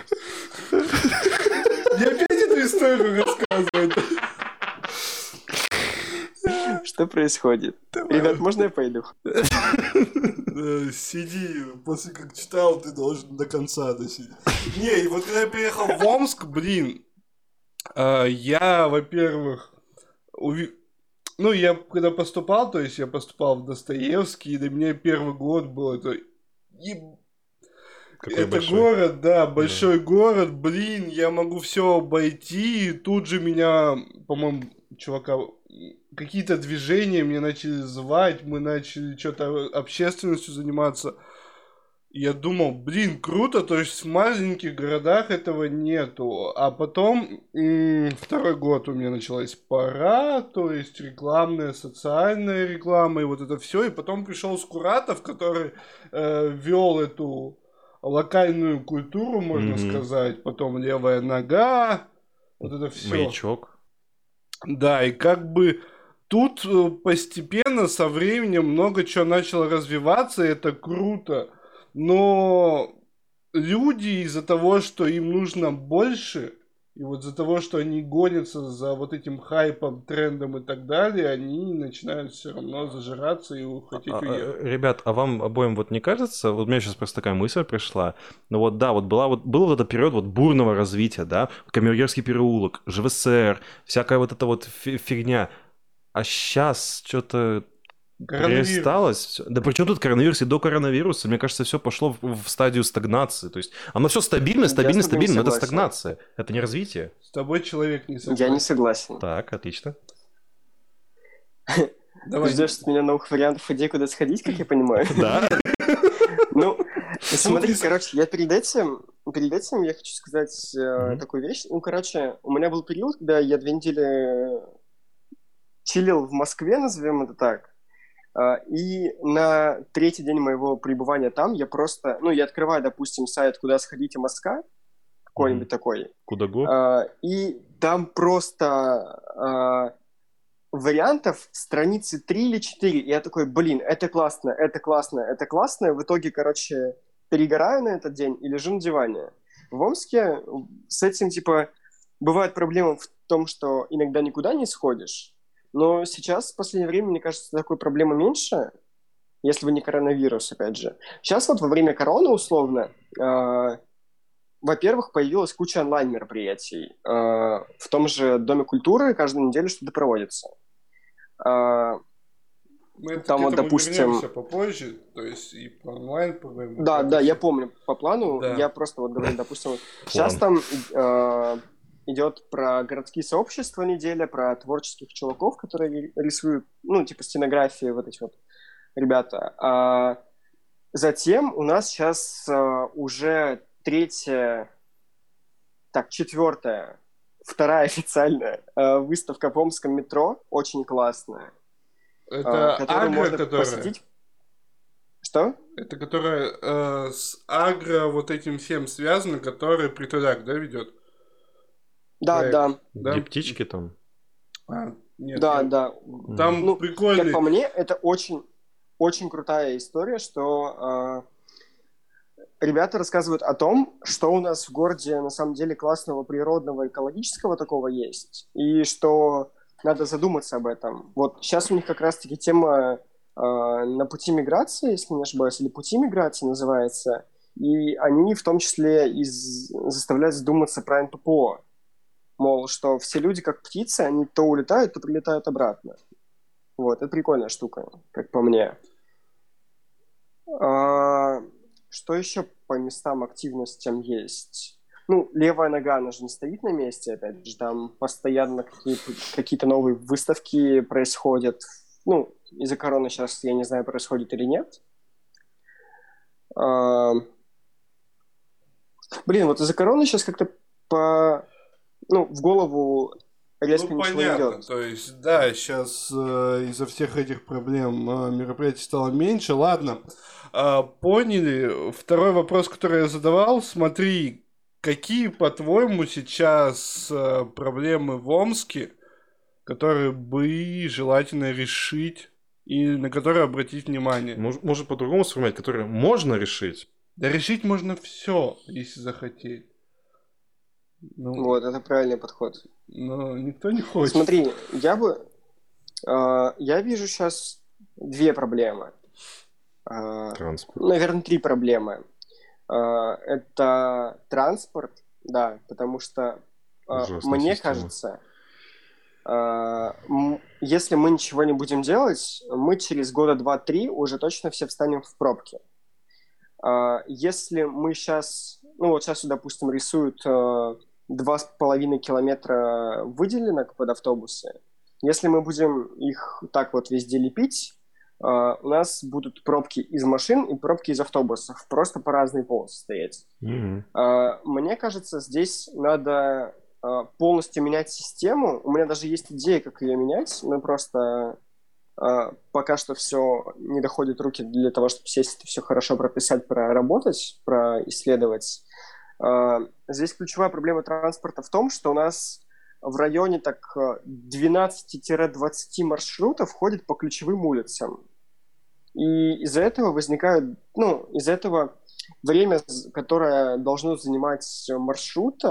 S3: Я опять эту историю рассказываю.
S1: Что происходит? Ребят, можно я пойду?
S3: Э, Сиди, после как читал, ты должен до конца досидеть. Не, и вот когда я приехал в Омск, блин, э, я, во-первых, уви- ну, я когда поступал, то есть я поступал в Достоевский, и для меня первый год был это... еб-
S2: Какой
S3: Это
S2: большой.
S3: город, да, большой город, блин, я могу все обойти, и тут же меня, по-моему, чувака, какие-то движения мне начали звать, мы начали что-то общественностью заниматься. Я думал, блин, круто, то есть в маленьких городах этого нету. А потом м, второй год у меня началась пора, то есть рекламная, социальная реклама, и вот это все. И потом пришел Скуратов, который э, вел эту локальную культуру, можно
S2: Мгм.
S3: сказать. Потом левая нога, вот это все.
S2: Маячок.
S3: Да, и как бы тут э, постепенно со временем много чего начало развиваться, и это круто. Но люди из-за того, что им нужно больше, И вот из-за того, что они гонятся за вот этим хайпом, трендом и так далее, они начинают все равно зажираться и хотеть
S2: А,
S3: уехать.
S2: а, Ребят, а вам обоим вот не кажется, вот у меня сейчас просто такая мысль пришла, ну вот да, вот, была, вот был вот этот период вот бурного развития, да, Камергерский переулок, ЖВСР, всякая вот эта вот фи- фигня, а сейчас что-то
S3: Коронавирус.
S2: пересталось. всё. Да при чем тут коронавирус и до коронавируса? Мне кажется, все пошло в, в стадию стагнации. То есть оно все стабильно,
S1: Я
S2: стабильно,
S1: с тобой не
S2: стабильно, но это
S1: согласен.
S2: стагнация. Это не развитие.
S3: С тобой человек не согласен.
S1: Я не согласен.
S2: Так, отлично.
S1: Ты
S3: Давай.
S1: ждешь от меня новых вариантов идей, куда сходить, как я понимаю?
S2: Да.
S1: Ну, смотри, короче, я перед этим, перед этим я хочу сказать э,
S2: Мгм.
S1: такую вещь. Ну, короче, у меня был период, когда я две недели чилил в Москве, назовем это так. А, И на третий день моего пребывания там я просто, ну, я открываю, допустим, сайт «Куда сходить в Москва», какой-нибудь
S2: Мгм.
S1: такой,
S2: Куда го?
S1: а, и там просто а, вариантов страницы три или четыре, и я такой, блин, это классно, это классно, это классно, и в итоге, короче, перегораю на этот день и лежу на диване. В Омске с этим, типа, бывает проблема в том, что иногда никуда не сходишь, но сейчас, в последнее время, мне кажется, такой проблемы меньше, если бы не коронавирус, опять же. Сейчас вот во время короны, условно, э, во-первых, появилась куча онлайн-мероприятий. Э, в том же Доме культуры каждую неделю что-то проводится. Э,
S3: Мы
S1: там
S3: к
S1: вот,
S3: этому
S1: допустим...
S3: вернемся попозже, то есть и по онлайн поговорим.
S1: Да,
S3: это
S1: да,
S3: всё.
S1: я помню по плану.
S3: Да.
S1: Я просто вот говорю, допустим, сейчас там э, идет про городские сообщества неделя, про творческих чуваков, которые рисуют, ну, типа стенографии, вот эти вот ребята. А затем у нас сейчас э, уже третья, так, четвертая, вторая официальная э, выставка в Омском метро, очень классная, э,
S3: Это
S1: которую
S3: агро,
S1: можно
S3: которая...
S1: посетить. Что?
S3: Это которая э, с агро вот этим всем связано, который Притудак, да, ведет?
S1: Да,
S3: Проект.
S1: да,
S3: Да?
S2: Где птички там?
S3: А, нет,
S1: да,
S3: я-
S1: да.
S3: Там
S1: Ну,
S3: прикольный...
S1: как по мне, это очень, очень крутая история, что э, ребята рассказывают о том, что у нас в городе на самом деле классного природного экологического такого есть, и что надо задуматься об этом. Вот сейчас у них как раз-таки тема э, на пути миграции, если не ошибаюсь, или пути миграции называется, и они в том числе и заставляют задуматься про эн пэ пэ о. Мол, что все люди как птицы, они то улетают, то прилетают обратно. Вот, это прикольная штука, как по мне. А, что еще по местам активностям есть? Ну, левая нога, она же не стоит на месте, опять же, там постоянно какие-то, какие-то новые выставки происходят. Ну, из-за короны сейчас, я не знаю, происходит или нет. А, блин, вот из-за короны сейчас как-то по... Ну, в голову резко
S3: Ну,
S1: ничего не
S3: понятно,
S1: идет.
S3: то есть, да, сейчас э, из-за всех этих проблем э, мероприятий стало меньше. Ладно, Э, поняли. Второй вопрос, который я задавал, смотри, какие, по-твоему, сейчас э, проблемы в Омске, которые бы желательно решить и на которые обратить внимание?
S2: Мож- Может, по-другому сформулировать, которые можно решить?
S3: Да решить можно все, если захотеть. Ну,
S1: Вот, это правильный подход.
S3: но никто не хочет.
S1: Смотри, я бы... э, я вижу сейчас две проблемы. Э,
S2: Транспорт.
S1: наверное, три проблемы. Э, это транспорт, да, потому что э,
S2: Ужасная
S1: мне
S2: система.
S1: кажется, э, м- если мы ничего не будем делать, мы через года два-три уже точно все встанем в пробки. Э, если мы сейчас... Ну, вот сейчас, допустим, рисуют э, два с половиной километра выделенок под автобусы. Если мы будем их так вот везде лепить, э, у нас будут пробки из машин и пробки из автобусов. Просто по разные полосы стоять.
S2: Мгм.
S1: Э, мне кажется, здесь надо э, полностью менять систему. У меня даже есть идея, как ее менять, но просто э, пока что все не доходит руки для того, чтобы сесть это все хорошо прописать, проработать, происследовать. Э, здесь ключевая проблема транспорта в том, что у нас в районе так э, двенадцать-двадцать маршрутов ходит по ключевым улицам. И из-за этого возникают, ну, из-за этого время, з- которое должно занимать маршрута,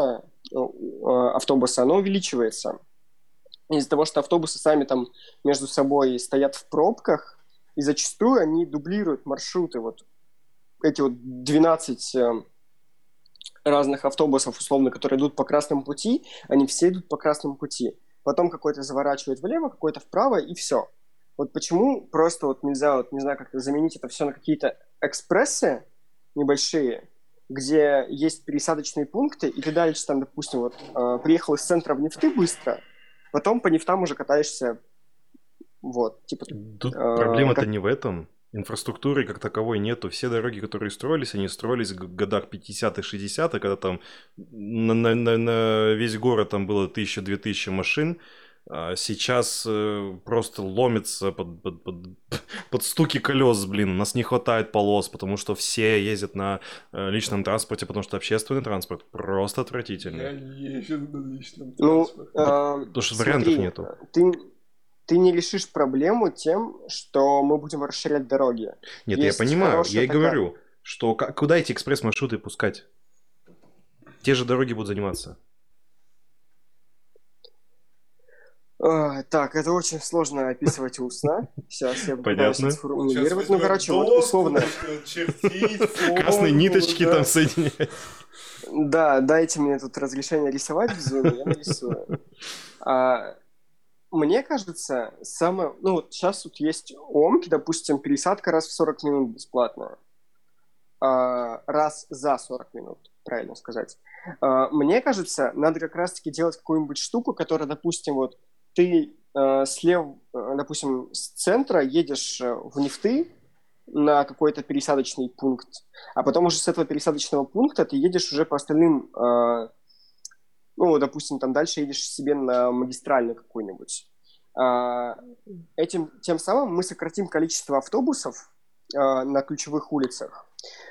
S1: автобуса, оно увеличивается. Из-за того, что автобусы сами там между собой стоят в пробках, и зачастую они дублируют маршруты. Вот эти вот двенадцать разных автобусов, условно, которые идут по красному пути, они все идут по красному пути. Потом какой-то заворачивает влево, какой-то вправо, и все. Вот почему просто вот нельзя, вот не знаю, как заменить это все на какие-то экспрессы небольшие, где есть пересадочные пункты, и ты дальше там, допустим, вот э, приехал из центра в Нефты быстро, потом по Нефтам уже катаешься, вот, типа...
S2: Тут
S1: э,
S2: проблема-то
S1: как...
S2: не в этом. Инфраструктуры как таковой нету. Все дороги, которые строились, они строились в годах пятидесятых, шестидесятых, когда там на, на, на, на весь город там было тысяча-две тысячи машин. А сейчас э, просто ломится под, под, под, под стуки колес, блин. У нас не хватает полос, потому что все ездят на э, личном транспорте, потому что общественный транспорт просто отвратительный.
S3: Я не езжу на личном
S1: Ну,
S3: транспорте.
S1: э,
S2: Потому что вариантов
S1: смотри,
S2: нету.
S1: ты... ты не решишь проблему тем, что мы будем расширять дороги.
S2: Нет,
S1: Есть
S2: я понимаю,
S1: хорошая
S2: я и
S1: такая...
S2: говорю, что как, куда эти экспресс-маршруты пускать? Те же дороги будут заниматься.
S1: А, так, это очень сложно описывать устно. Сейчас я попытаюсь
S2: Понятно.
S1: это сформулировать. Ну, короче, вот
S3: доску,
S1: условно...
S3: начнет чертить, формулу,
S2: Красные ниточки
S3: да.
S2: там соединять.
S1: Да, дайте мне тут разрешение рисовать в зуме, я нарисую. А, мне кажется, самое... Ну, вот сейчас тут есть ОМК, допустим, пересадка раз в сорок минут бесплатная. А, раз за сорок минут, правильно сказать. А, мне кажется, надо как раз-таки делать какую-нибудь штуку, которая, допустим, вот ты э, слева, э, допустим, с центра едешь в Нефты на какой-то пересадочный пункт, а потом уже с этого пересадочного пункта ты едешь уже по остальным, э, ну, допустим, там дальше едешь себе на магистральную какую-нибудь. Э, этим, тем самым мы сократим количество автобусов э, на ключевых улицах.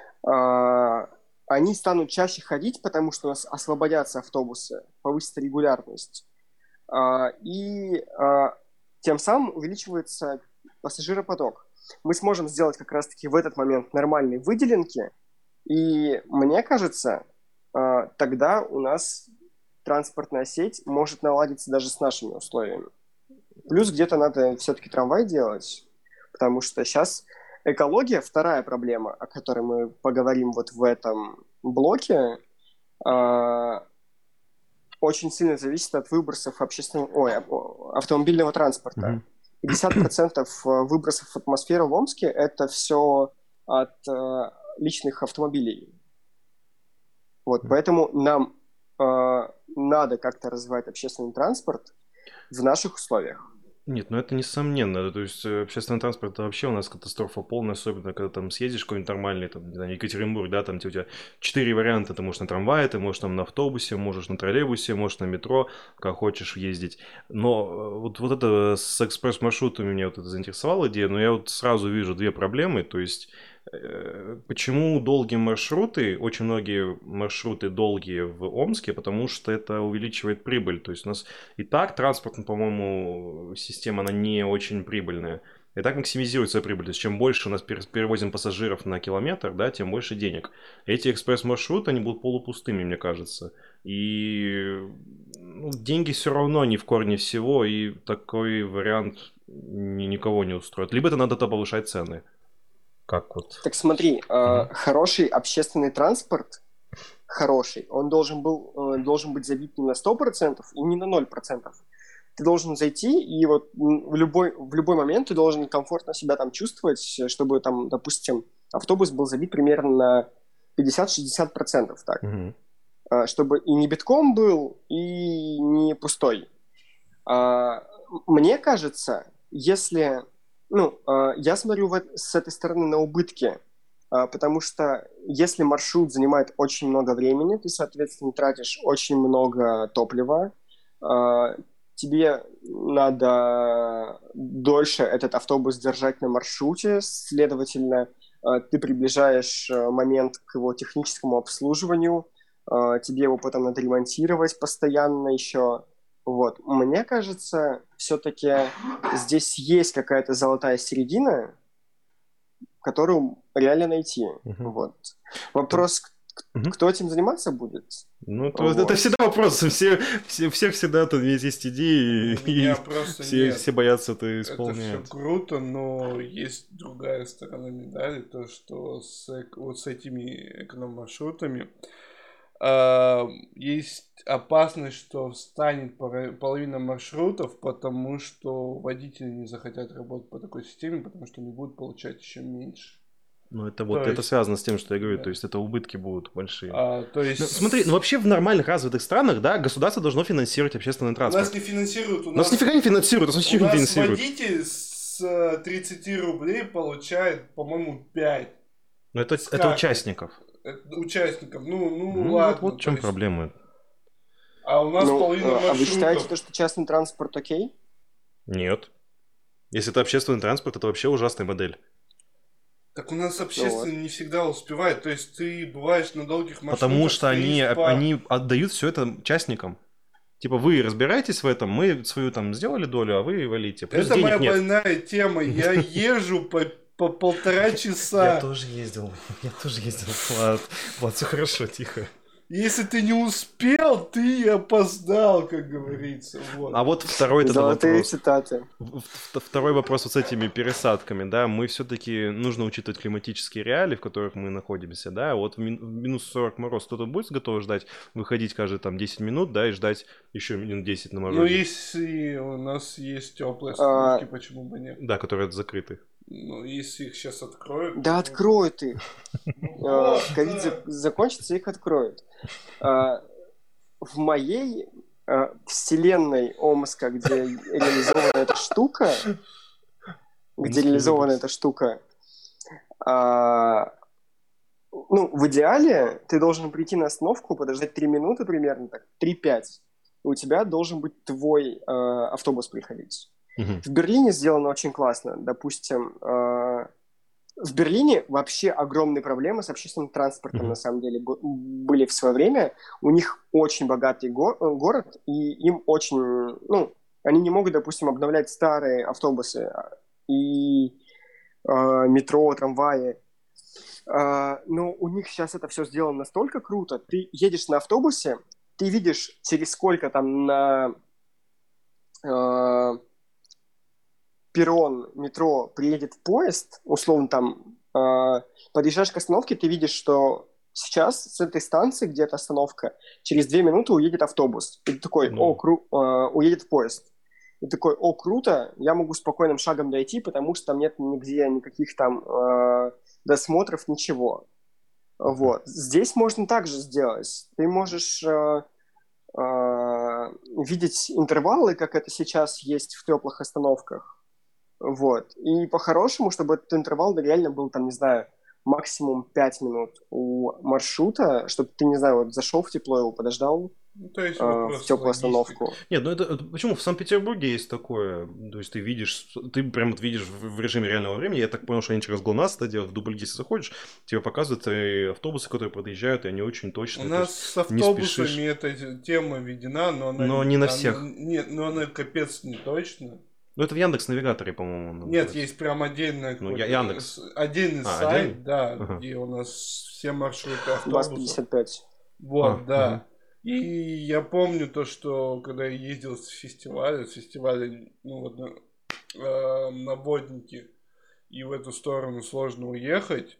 S1: Э, они станут чаще ходить, потому что у нас освободятся автобусы, повысится регулярность. Uh, и uh, тем самым увеличивается пассажиропоток. Мы сможем сделать как раз-таки в этот момент нормальные выделенки, и мне кажется, uh, тогда у нас транспортная сеть может наладиться даже с нашими условиями. Плюс где-то надо все-таки трамвай делать, потому что сейчас экология, вторая проблема, о которой мы поговорим вот в этом блоке, uh, очень сильно зависит от выбросов общественного, ой, автомобильного транспорта. пятьдесят процентов выбросов в атмосферу в Омске – это все от э, личных автомобилей. Вот, поэтому нам э, надо как-то развивать общественный транспорт в наших условиях.
S2: Нет, ну это несомненно. То есть э, общественный транспорт это вообще у нас катастрофа полная, особенно когда там съездишь какой-нибудь нормальный, там, не знаю, Екатеринбург, да, там у тебя четыре варианта, ты можешь на трамвае, ты можешь там на автобусе, можешь на троллейбусе, можешь на метро, как хочешь ездить. Но э, вот, вот это с экспресс-маршрутами меня вот это заинтересовала идея, но я вот сразу вижу две проблемы, то есть э, почему долгие маршруты, очень многие маршруты долгие в Омске, потому что это увеличивает прибыль, то есть у нас и так транспортная, по-моему, система, она не очень прибыльная. И так максимизирует свою прибыль. То есть, чем больше у нас перевозим пассажиров на километр, да, тем больше денег. Эти экспресс-маршруты, они будут полупустыми, мне кажется. И ну, деньги все равно не в корне всего, и такой вариант ни, никого не устроит. Либо это надо то повышать цены. Как вот?
S1: Так смотри, э,
S2: Мгм.
S1: хороший общественный транспорт, хороший, он должен, был, э, должен быть забит не на сто процентов и не на ноль процентов. Ты должен зайти, и вот в любой, в любой момент ты должен комфортно себя там чувствовать, чтобы там, допустим, автобус был забит примерно на пятьдесят-шестьдесят процентов, так.
S2: Мгм.
S1: А, чтобы и не битком был, и не пустой. А, мне кажется, если... Ну, а, я смотрю в, с этой стороны на убытки, а, потому что если маршрут занимает очень много времени, ты, соответственно, тратишь очень много топлива, а, тебе надо дольше этот автобус держать на маршруте, следовательно, ты приближаешь момент к его техническому обслуживанию, тебе его потом надо ремонтировать постоянно еще. Вот. Мне кажется, все-таки здесь есть какая-то золотая середина, которую реально найти.
S2: Мгм.
S1: Вот. Вопрос,
S2: Мгм.
S1: Кто этим заниматься будет?
S2: Ну, то
S1: Вот.
S2: это всегда вопрос. Все, все, у всех всегда тут есть, есть идеи,
S3: У меня
S2: и
S3: просто
S2: все,
S3: нет.
S2: все боятся это
S3: Это все
S2: исполнять.
S3: круто, но есть другая сторона медали, то что с, эк- вот с этими эконом-маршрутами а, есть опасность, что встанет пора- половина маршрутов, потому что водители не захотят работать по такой системе, потому что они будут получать еще меньше.
S2: Ну, это
S3: То
S2: вот, это
S3: есть,
S2: связано с тем, что я говорю, то
S3: да.
S2: есть это убытки будут большие.
S3: А, то
S2: Ну, смотри, ну
S3: есть
S2: вообще в нормальных развитых странах, да, государство должно финансировать общественный
S3: у нас
S2: транспорт.
S3: не финансируют, у
S2: У нас
S3: нас,
S2: нифига не финансируют, у нас
S3: у
S2: ничего не
S3: нас
S2: финансируют.
S3: водитель с э, тридцати рублей получает, по-моему, пять
S2: Но это,
S3: с
S2: это
S3: катой.
S2: участников.
S3: Это участников. Ну, ну
S2: Ну, вот,
S3: ладно,
S2: вот в чем
S3: то есть,
S2: проблема.
S3: а у нас
S1: Ну,
S3: половина
S1: э, а вы считаете,
S3: маршрутов.
S1: то, что частный транспорт окей?
S2: Нет. Если это общественный транспорт, это вообще ужасная модель.
S3: Так у нас
S1: Ну вот.
S3: общественный не всегда успевает. То есть ты бываешь на долгих маршрутах,
S2: Потому что они,
S3: стоишь по...
S2: они отдают все это частникам. Типа, вы разбираетесь в этом, мы свою там сделали долю, а вы валите. Плюс
S3: Это моя
S2: денег нет.
S3: больная тема. Я езжу по, по полтора
S2: Я
S3: часа.
S2: тоже ездил. Я тоже ездил. Влад, Влад, все хорошо, тихо.
S3: Если ты не успел, ты опоздал, как говорится. Вот.
S2: А вот второй тогда
S1: Золотые
S2: вопрос.
S1: цитаты.
S2: В- в- Второй вопрос вот с этими пересадками, да, мы все-таки нужно учитывать климатические реалии, в которых мы находимся, да, вот в мин- в минус сорок мороз кто-то будет готов ждать, выходить каждые там десять минут, да, и ждать еще минут десять на
S3: Ну,
S2: морозе,
S3: если у нас есть теплые
S1: А,
S3: остановки, почему бы нет?
S2: да, которые закрыты.
S3: Ну, если их сейчас откроют,
S1: Да
S3: то...
S1: откроют их.
S3: Ну,
S1: Э,
S3: вот,
S1: Ковид
S3: да.
S1: за- закончится, их откроют. А, В моей э, вселенной Омска, где реализована эта штука, где
S2: Омский
S1: реализована
S2: выброс.
S1: эта штука, а, ну, в идеале ты должен прийти на остановку, подождать три минуты примерно, так, три-пять, и у тебя должен быть твой э, автобус приходить.
S2: Мгм.
S1: В Берлине сделано очень классно. Допустим, э, в Берлине вообще огромные проблемы с общественным транспортом,
S2: Мгм.
S1: на самом деле, б- были в свое время. У них очень богатый го- э, город, и им очень... Ну, они не могут, допустим, обновлять старые автобусы а, и э, метро, трамваи. А, но у них сейчас это все сделано настолько круто. Ты едешь на автобусе, ты видишь, через сколько там на э, перрон метро приедет поезд, условно там, э, подъезжаешь к остановке, ты видишь, что сейчас с этой станции где-то остановка, через две минуты уедет автобус. И ты такой,
S2: Ну.
S1: о, кру- э, уедет поезд. И такой, о, круто, я могу спокойным шагом дойти, потому что там нет нигде никаких там э, досмотров, ничего. Вот. Здесь можно также сделать. Ты можешь э, э, видеть интервалы, как это сейчас есть в теплых остановках. Вот. И по-хорошему, чтобы этот интервал реально был, там, не знаю, максимум пять минут у маршрута, чтобы ты, не знаю, вот зашел в тепло, его подождал
S3: Ну, то есть
S1: э, в
S3: вопрос
S1: теплую
S3: логистики.
S1: остановку.
S2: Нет, ну это, это почему в Санкт-Петербурге есть такое, то есть ты видишь, ты прям вот видишь в в режиме реального времени, я так понял, что они через ГЛОНАСС это делают, в дубль, если заходишь, тебе показывают и автобусы, которые подъезжают, и они очень
S3: У
S2: точные, то
S3: нас
S2: есть
S3: с
S2: не
S3: автобусами
S2: спешишь.
S3: эта тема введена, но она...
S2: Но не на
S3: она-
S2: всех.
S3: Нет, но она капец не точно.
S2: Ну это в Яндекс.Навигаторе, по-моему. она
S3: Нет,
S2: находится.
S3: есть прям отдельный
S2: Ну,
S3: какой-то
S2: Я- Яндекс.
S3: с- отдельный
S2: А,
S3: сайт,
S2: отдельный?
S3: да,
S2: Ага.
S3: где у нас все маршруты автобусов.
S1: БАЗ-пятьдесят пять.
S3: Вот,
S2: А,
S3: да.
S2: мгм.
S3: И я помню то, что когда я ездил с фестиваля, с фестиваля, ну вот на, э, на Воднике, и в эту сторону сложно уехать,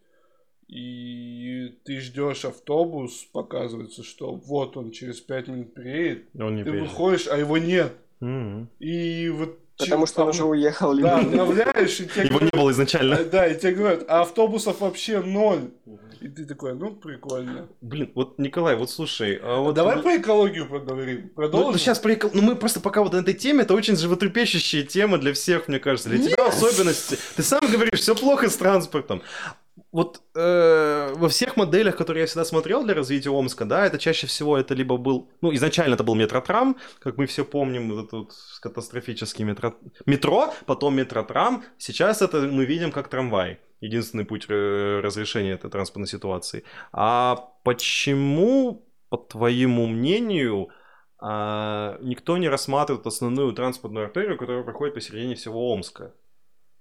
S3: и ты ждешь автобус, показывается, что вот он через пять минут приедет,
S2: Он не
S3: ты
S2: приезжает.
S3: выходишь, а его нет.
S2: Мгм.
S3: И вот...
S1: Потому
S3: чё-
S1: что он уже уехал.
S3: Да,
S1: либо-
S3: обновляешь, и тебе
S2: Его не было изначально.
S3: а, да, и тебе говорят, а автобусов вообще ноль. И ты такой, ну, прикольно.
S2: Блин, вот, Николай, вот слушай, а вот...
S3: Давай
S2: вы-
S3: про экологию поговорим.
S2: Ну,
S3: Продолжим?
S2: сейчас про эко- ну мы просто пока вот на этой теме, это очень животрепещущая тема для всех, мне кажется. Для тебя в особенности. Ты сам говоришь, все плохо с транспортом. Вот э, во всех моделях, которые я всегда смотрел для развития Омска, да, это чаще всего это либо был, ну, изначально это был метротрам, как мы все помним, вот этот вот катастрофический метро... метро, потом метротрам. Сейчас это мы видим как трамвай. Единственный путь э, разрешения этой транспортной ситуации. А почему, по твоему мнению, а, никто не рассматривает основную транспортную артерию, которая проходит посередине всего Омска?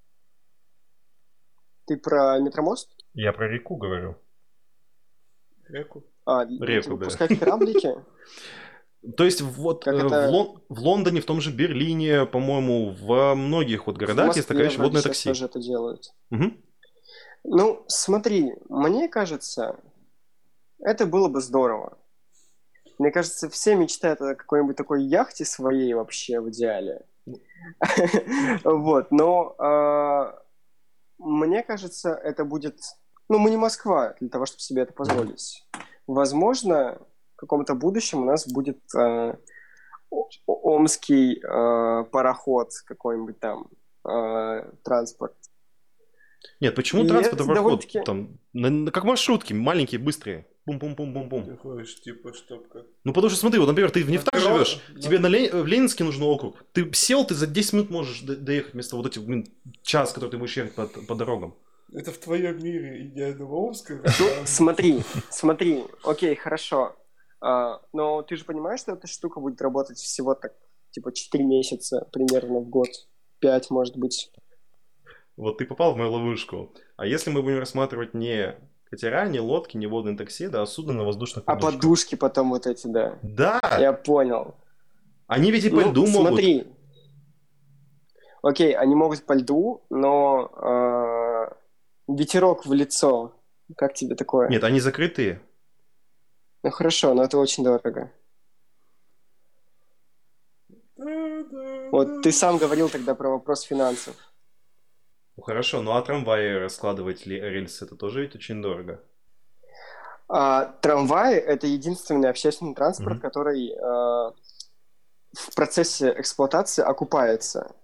S1: Ты про метромост?
S2: Я про реку говорю.
S3: Реку.
S1: А,
S2: Реку,
S1: типа,
S2: да.
S1: пускать кораблики?
S2: То есть вот
S1: Как
S2: э,
S1: это-
S2: в, Лон- в Лондоне, в том же Берлине, по-моему, во многих вот
S1: В
S2: городах есть такая
S1: Москве
S2: еще
S1: вроде
S2: водное
S1: сейчас
S2: такси.
S1: тоже это делают.
S2: Мгм.
S1: Ну, смотри, мне кажется, это было бы здорово. Мне кажется, все мечтают о какой-нибудь такой яхте своей вообще в идеале. Вот, но а, мне кажется, это будет... Ну, мы не Москва для того, чтобы себе это позволить. Возможно, в каком-то будущем у нас будет а, о- омский а, пароход какой-нибудь там, а, транспорт.
S2: Нет, почему
S1: И
S2: транспорт
S1: это
S2: и пароход?
S1: довольно-таки-
S2: Там, на- на- как маршрутки, маленькие, быстрые. Бум-бум-бум-бум-бум.
S3: Ты хочешь, типа, чтоб как...
S2: Ну, потому что смотри, вот, например, ты в Нефтах
S3: Например,
S2: живешь,
S3: на-
S2: тебе на Ле- в Ленинский нужен округ. Ты сел, ты за десять минут можешь до- доехать вместо вот этих, блин, час, который ты будешь ехать по, по дорогам.
S3: Это в твоем мире идеального Омска?
S1: Ну, смотри, смотри, окей, хорошо. А, но ты же понимаешь, что эта штука будет работать всего так, типа, четыре месяца примерно в год. пять, может быть.
S2: Вот ты попал в мою ловушку. А если мы будем рассматривать не катера, не лодки, не водные такси, да, а судно на воздушных
S1: А
S2: подушках.
S1: подушки потом вот эти, да.
S2: Да!
S1: Я понял.
S2: Они ведь и по
S1: Ну,
S2: льду могут.
S1: смотри. Окей, они могут по льду, но а, ветерок в лицо. Как тебе такое?
S2: Нет, они закрытые.
S1: Ну хорошо, но это очень дорого. Вот ты сам говорил тогда про вопрос финансов.
S2: Ну хорошо, ну а трамваи раскладывать ли- рельсы, это тоже ведь очень дорого.
S1: А, трамваи — это единственный общественный транспорт,
S2: Мгм.
S1: который а, в процессе эксплуатации окупается.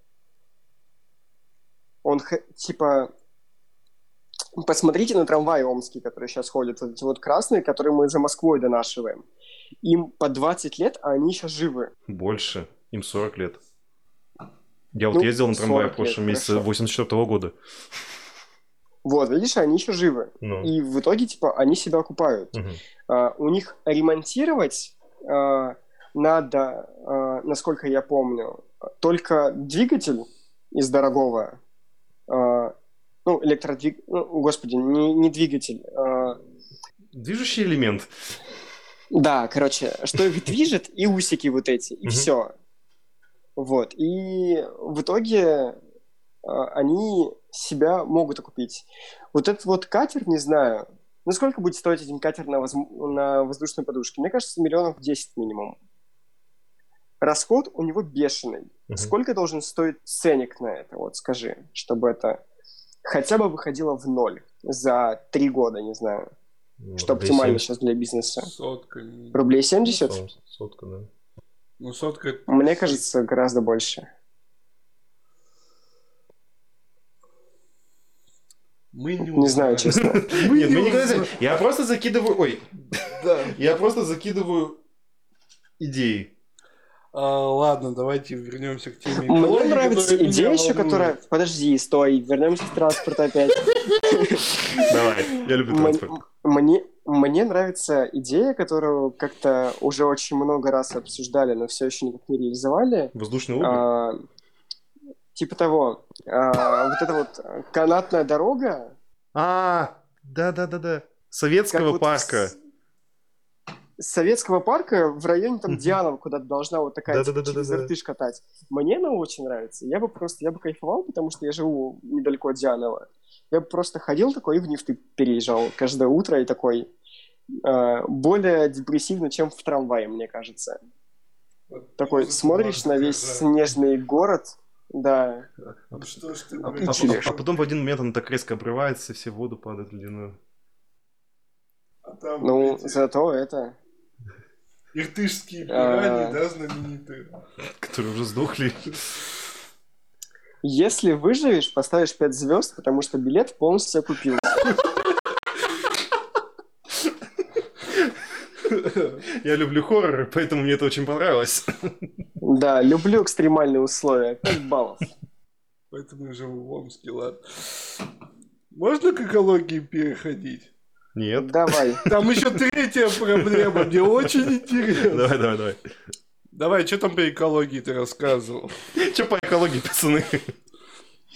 S1: Он х- типа... Посмотрите на трамваи омские, которые сейчас ходят, вот эти вот красные, которые мы за Москвой донашиваем. Им по двадцать лет, а они еще живы.
S2: Больше. Им сорок лет. Я вот
S1: Ну,
S2: ездил на трамвае в
S1: сорок лет,
S2: прошлом месяце
S1: хорошо.
S2: восемьдесят четвёртого года.
S1: Вот, видишь, они еще живы.
S2: Ну.
S1: И в итоге, типа, они себя окупают.
S2: Мгм.
S1: А, у них ремонтировать а, надо, а, насколько я помню, только двигатель из дорогого. а, ну, электродвиг... Ну, господи, не, не двигатель. а,
S2: Движущий элемент.
S1: Да, короче, что их движет, и усики вот эти, и
S2: Мгм.
S1: все. Вот. И в итоге а, они себя могут окупить. Вот этот вот катер, не знаю, ну сколько будет стоить один катер на, возм- на воздушной подушке? Мне кажется, миллионов десять минимум. Расход у него бешеный.
S2: Мгм.
S1: Сколько должен стоить ценник на это? Вот скажи, чтобы это хотя бы выходило в ноль за три года, не знаю.
S2: Ну,
S1: Что
S2: рублей
S1: оптимально
S2: семьдесят.
S1: сейчас для бизнеса.
S3: Сотка. не-
S1: Рублей семьдесят?
S2: Сот- Сотка, да.
S3: Ну, сотка... это-
S1: Мне кажется, гораздо больше.
S3: Мы не
S1: Не знаю,
S3: узнаем.
S1: честно.
S3: Мы
S2: Нет,
S3: не
S2: мы никогда
S3: узнаем.
S2: не- Я просто закидываю... Ой,
S3: Да.
S2: я просто закидываю идеи.
S3: А, ладно, давайте вернемся к теме
S1: Мне
S3: экологии,
S1: нравится
S3: которая меня
S1: идея еще,
S3: волнует.
S1: которая... Подожди, стой, вернемся к транспорту опять.
S2: Давай, я люблю
S1: М-
S2: транспорт.
S1: Мне, мне нравится идея, которую как-то уже очень много раз обсуждали, но все еще никак не реализовали.
S2: Воздушный Uber?
S1: А, типа того, а, вот эта вот канатная дорога,
S2: А, да-да-да-да. Советского
S1: как вот
S2: парка.
S1: с- с советского парка в районе там
S2: Мгм.
S1: Дианова куда-то должна вот такая типа,
S2: Да-да-да-да-да.
S1: через Иртыш катать. Мне она очень нравится. Я бы просто, я бы кайфовал, потому что я живу недалеко от Дианова. Я бы просто ходил такой и в Нефты переезжал каждое утро и такой э, более депрессивно, чем в трамвае, мне кажется.
S3: Вот
S1: Такой
S3: музыку
S1: смотришь
S3: надо
S1: на весь
S3: держать.
S1: снежный город, да.
S3: Ну что ж ты,
S2: А,
S3: блин,
S2: а-
S1: чилишь.
S2: а потом в один момент он так резко обрывается, и все в воду падает ледяную.
S3: а там
S1: Ну,
S3: эти
S1: зато это...
S3: иртышские
S1: А.
S3: пираньи, да, знаменитые.
S2: Которые уже сдохли.
S1: Если выживешь, поставишь пять звезд, потому что билет полностью окупился.
S2: Я люблю хорроры, поэтому мне это очень понравилось.
S1: Да, люблю экстремальные условия. пять баллов.
S3: Поэтому я живу в Омске, ладно. Можно к экологии переходить?
S2: Нет.
S1: Давай.
S3: Там еще третья проблема, мне очень интересно.
S2: Давай, давай, давай.
S3: Давай, что там по экологии ты рассказывал?
S2: Че по экологии, пацаны?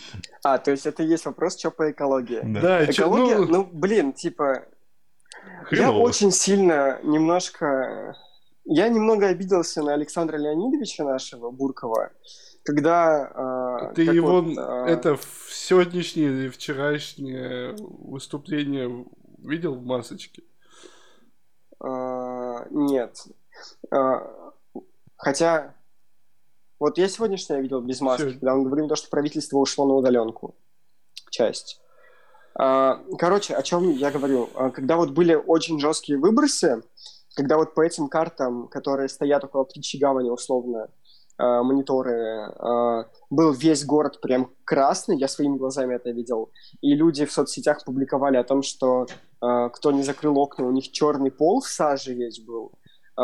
S1: А, то есть это и есть вопрос, что по экологии.
S2: Да.
S3: Да, чё,
S1: Экология,
S3: ну,
S1: ну, блин, типа... Я очень сильно немножко... Я немного обиделся на Александра Леонидовича нашего, Буркова, когда... Э,
S3: Ты его,
S1: вот, э...
S3: это в сегодняшнее или вчерашнее выступление видел в масочке?
S1: Э, нет. Э, хотя... Вот я сегодняшнее видел без маски, Все. Когда он говорил, то, что правительство ушло на удаленку. Часть. Короче, о чем я говорю? Когда вот были очень жесткие выбросы, когда вот по этим картам, которые стоят около птичьей гавани, условно, мониторы, был весь город прям красный, я своими глазами это видел, и люди в соцсетях публиковали о том, что кто не закрыл окна, у них черный пол в саже весь был.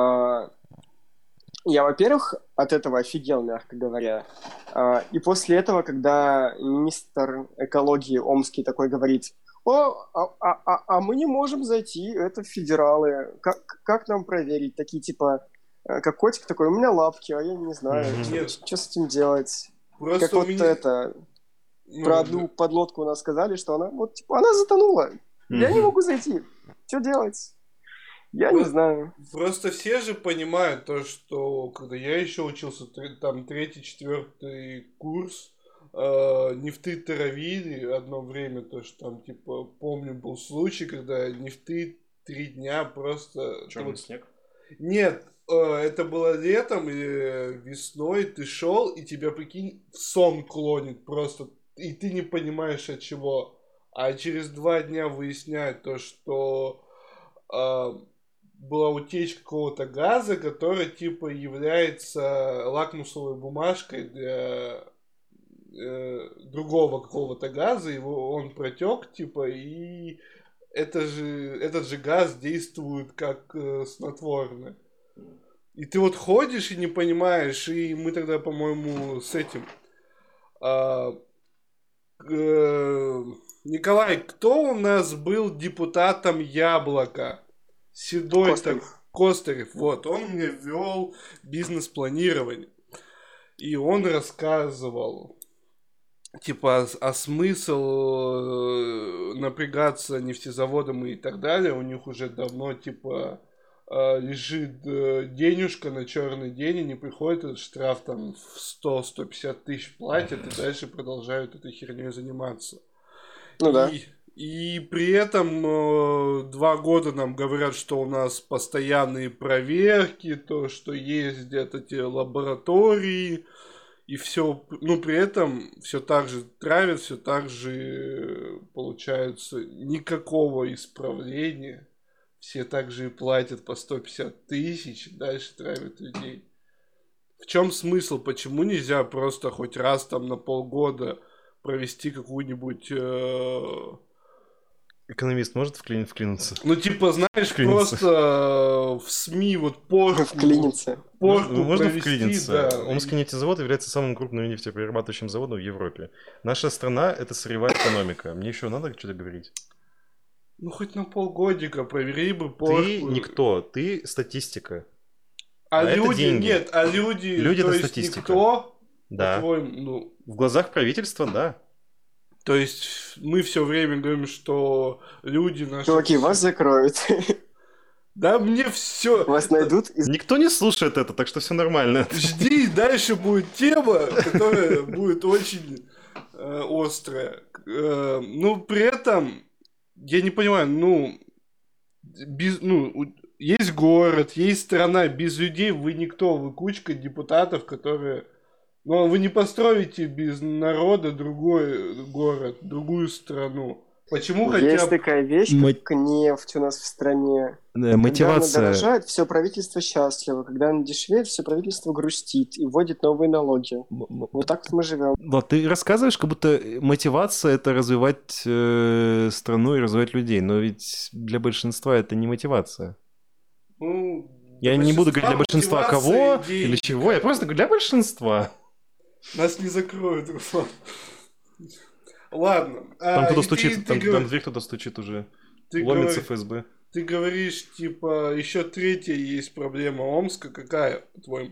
S1: Я, во-первых, от этого офигел, мягко говоря. И после этого, когда министр экологии омский такой говорит: «О, а, а, а мы не можем зайти, это федералы, как, как нам проверить?» Такие типа, как котик такой: «У меня лапки, а я не знаю,
S3: Нет.
S1: что, что с этим делать».
S3: Просто
S1: как вот
S3: меня...
S1: это,
S3: ну,
S1: про одну да. подлодку у нас сказали, что она, вот, типа, она затонула, mm-hmm. я не могу зайти, что делать? Я
S3: просто,
S1: не знаю.
S3: Просто все же понимают то, что когда я еще учился, там третий, четвертый курс, э, нефты травили одно время, то что там, типа, помню, был случай, когда нефты три дня просто...
S2: Черный
S3: вот...
S2: снег?
S3: Нет, э, это было летом или весной, ты шел, и тебя, прикинь, в сон клонит просто, и ты не понимаешь от чего. А через два дня выясняют то, что... Э, была утечка какого-то газа, который типа является лакмусовой бумажкой для э, другого какого-то газа, его он протек, типа, и это же, этот же газ действует как э, снотворное. И ты вот ходишь и не понимаешь, и мы тогда, по-моему, с этим... Э, э, Николай, кто у нас был депутатом Яблока? Седой
S1: Костырев.
S3: так, Костырев, вот, он мне вел бизнес-планирование. И он рассказывал, типа, а, а смысл э, напрягаться нефтезаводам и так далее, у них уже давно, типа, э, лежит э, денежка на черный день, и не приходит этот штраф там в сто - сто пятьдесят тысяч платят, и дальше продолжают этой херней заниматься.
S1: Ну
S3: и...
S1: да.
S3: И при этом э, два года нам говорят, что у нас постоянные проверки, то, что ездят эти лаборатории, и все, ну, при этом все так же травят, все так же, получается, никакого исправления. Все так же и платят по сто пятьдесят тысяч, дальше травят людей. В чем смысл? Почему нельзя просто хоть раз там на полгода провести какую-нибудь... Э,
S2: Экономист может вклин... вклинуться?
S3: Ну, типа, знаешь, вклиниться. Просто в СМИ вот порку...
S1: Вклиниться.
S3: Порку
S2: ну, можно
S3: провести,
S2: вклиниться.
S3: Да.
S2: Омский нефтезавод является самым крупным нефтеперерабатывающим заводом в Европе. Наша страна – это сырьевая экономика. Мне еще надо что-то говорить?
S3: Ну, хоть на полгодика провери бы порку.
S2: Ты никто, ты статистика.
S3: А,
S2: а
S3: люди,
S2: это деньги.
S3: Нет, а люди,
S2: люди
S3: то
S2: это
S3: есть
S2: статистика.
S3: Никто,
S2: да.
S3: По-твоему, ну...
S2: В глазах правительства, да.
S3: То есть мы все время говорим, что люди наши...
S1: Чуваки, вас закроют.
S3: Да мне все.
S1: Вас найдут. И...
S2: Никто не слушает это, так что все нормально.
S3: Жди, дальше будет тема, которая будет очень э, острая. Э, ну, при этом, я не понимаю, ну, без, ну, есть город, есть страна, без людей вы никто, вы кучка депутатов, которые... Но вы не построите без народа другой город, другую страну. Почему
S1: Есть
S3: хотя бы...
S1: такая вещь, как нефть у нас в стране.
S2: Да, мотивация...
S1: Когда она дорожает, все правительство счастливо. Когда она дешевеет, все правительство грустит и вводит новые налоги. Вот так вот мы живем.
S2: Вот ты рассказываешь, как будто мотивация — это развивать э, страну и развивать людей. Но ведь для большинства это не мотивация.
S3: Ну,
S2: я не буду говорить для большинства кого
S3: идеи,
S2: или чего, я просто говорю для большинства.
S3: Нас не закроют, Руслан. Ладно.
S2: Там
S3: а,
S2: кто-то стучит,
S3: ты,
S2: там,
S3: ты,
S2: там в дверь кто-то стучит уже.
S3: Ты
S2: Ломится
S3: говор...
S2: ФСБ.
S3: Ты говоришь, типа, еще третья есть проблема Омска. Какая, по-твоему?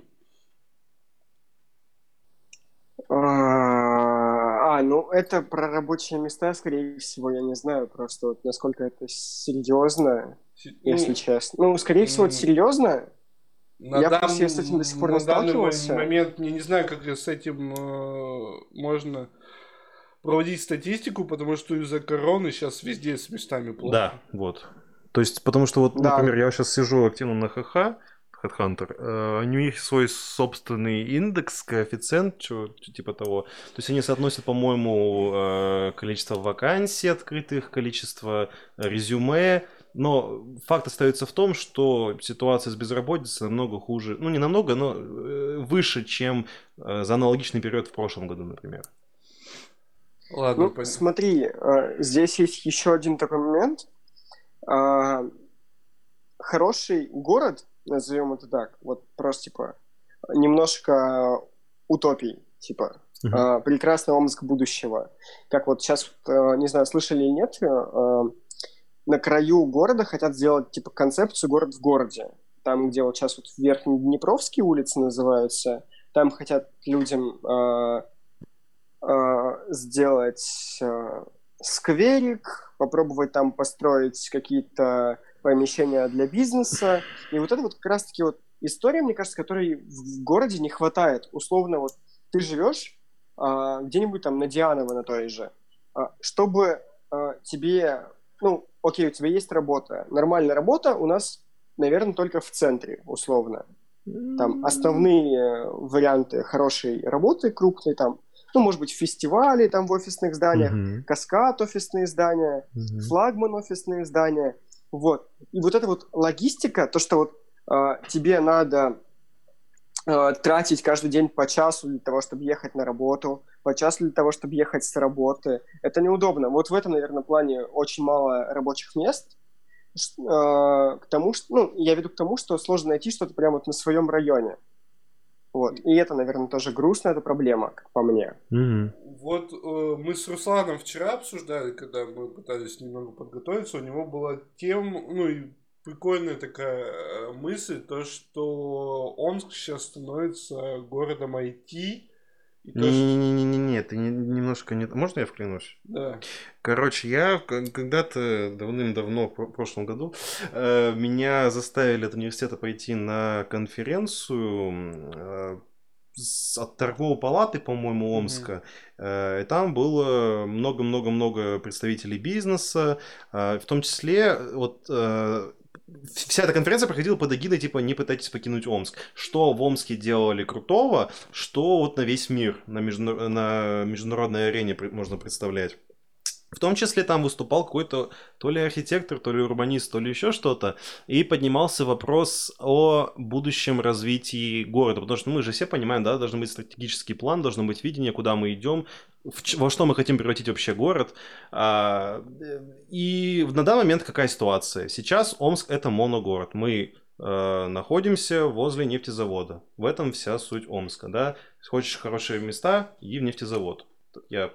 S1: А, ну это про рабочие места, скорее всего, я не знаю просто вот насколько это серьезно. если
S3: Ну,
S1: честно. Ну, скорее всего, это
S3: м,
S1: серьезно.
S3: на,
S1: Я
S3: дан-
S1: просто я с этим до сих пор
S3: на
S1: не
S3: данный мо-
S1: сталкивался.
S3: момент я не знаю, как с этим э, можно проводить статистику, потому что из-за короны сейчас везде с местами плохо.
S2: Да, вот. То есть, потому что вот,
S1: Да.
S2: например, я сейчас сижу активно на ХХ, Headhunter, э, у них свой собственный индекс, коэффициент, чё, чё типа того. То есть они соотносят, по-моему, э, количество вакансий открытых, количество резюме, но факт остается в том, что ситуация с безработицей намного хуже, ну не намного, но э, выше, чем э, за аналогичный период в прошлом году, например.
S3: Ладно,
S1: Ну,
S3: пон-
S1: смотри, э, здесь есть еще один такой момент. А, Хороший город, назовем это так, вот просто типа немножко утопий, типа
S2: Мгм.
S1: а, прекрасный Омск будущего. Как вот сейчас, э, не знаю, слышали или нет, э, на краю города хотят сделать типа концепцию город в городе. Там, где вот сейчас вот Верхнеднепровские улицы называются, там хотят людям э, э, сделать э, скверик, попробовать там построить какие-то помещения для бизнеса. И вот это вот как раз-таки вот история, мне кажется, которой в городе не хватает. Условно, вот ты живешь а, где-нибудь там на Дианово, на той же, а, чтобы а, тебе, ну, окей, у тебя есть работа. Нормальная работа у нас, наверное, только в центре, условно. Там основные варианты хорошей работы, крупной, там, ну, может быть, фестивали там в офисных зданиях,
S2: Мгм.
S1: Каскад офисные здания,
S2: Мгм.
S1: Флагман офисные здания. Вот. И вот эта вот логистика, то, что вот э, тебе надо э, тратить каждый день по часу для того, чтобы ехать на работу, по часу для того, чтобы ехать с работы, это неудобно. Вот в этом, наверное, плане очень мало рабочих мест. Ш- э, К тому, что, ну, я веду к тому, что сложно найти что-то прямо вот на своем районе. Вот. И это, наверное, тоже грустно, это проблема, как по мне.
S2: Мгм.
S3: Вот э, мы с Русланом вчера обсуждали, когда мы пытались немного подготовиться, у него была тема, ну и прикольная такая э, мысль, то, что Омск сейчас становится городом ай ти, и то, что...
S2: Не-не-не-не-не, ты не- немножко не... Можно я вклинусь?
S3: Да.
S2: Короче, я к- когда-то давным-давно, в про- прошлом году, э, меня заставили от университета пойти на конференцию м, э, с- от торговой палаты, по-моему,
S3: Мгм.
S2: Омска. Э, И там было много-много-много представителей бизнеса, э, в том числе э, вот э, вся эта конференция проходила под эгидой типа «Не пытайтесь покинуть Омск». Что в Омске делали крутого, что вот на весь мир, на, междуна- на международной арене при- можно представлять. В том числе там выступал какой-то то ли архитектор, то ли урбанист, то ли еще что-то. И поднимался вопрос о будущем развитии города. Потому что мы же все понимаем, да, должен быть стратегический план, должно быть видение, куда мы идем, в ч- во что мы хотим превратить вообще город. А, э, И на данный момент какая ситуация? Сейчас Омск это моногород. Мы э, находимся возле нефтезавода. В этом вся суть Омска, да. Хочешь хорошие места, иди в нефтезавод. Я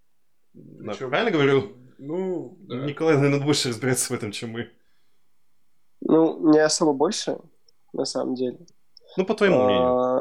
S2: на-
S3: Причем,
S2: правильно говорю?
S3: ну, да.
S2: Николай, наверное, больше разбирается в этом, чем мы.
S1: Ну, не особо больше, на самом деле.
S2: Ну, по твоему мнению.
S1: А,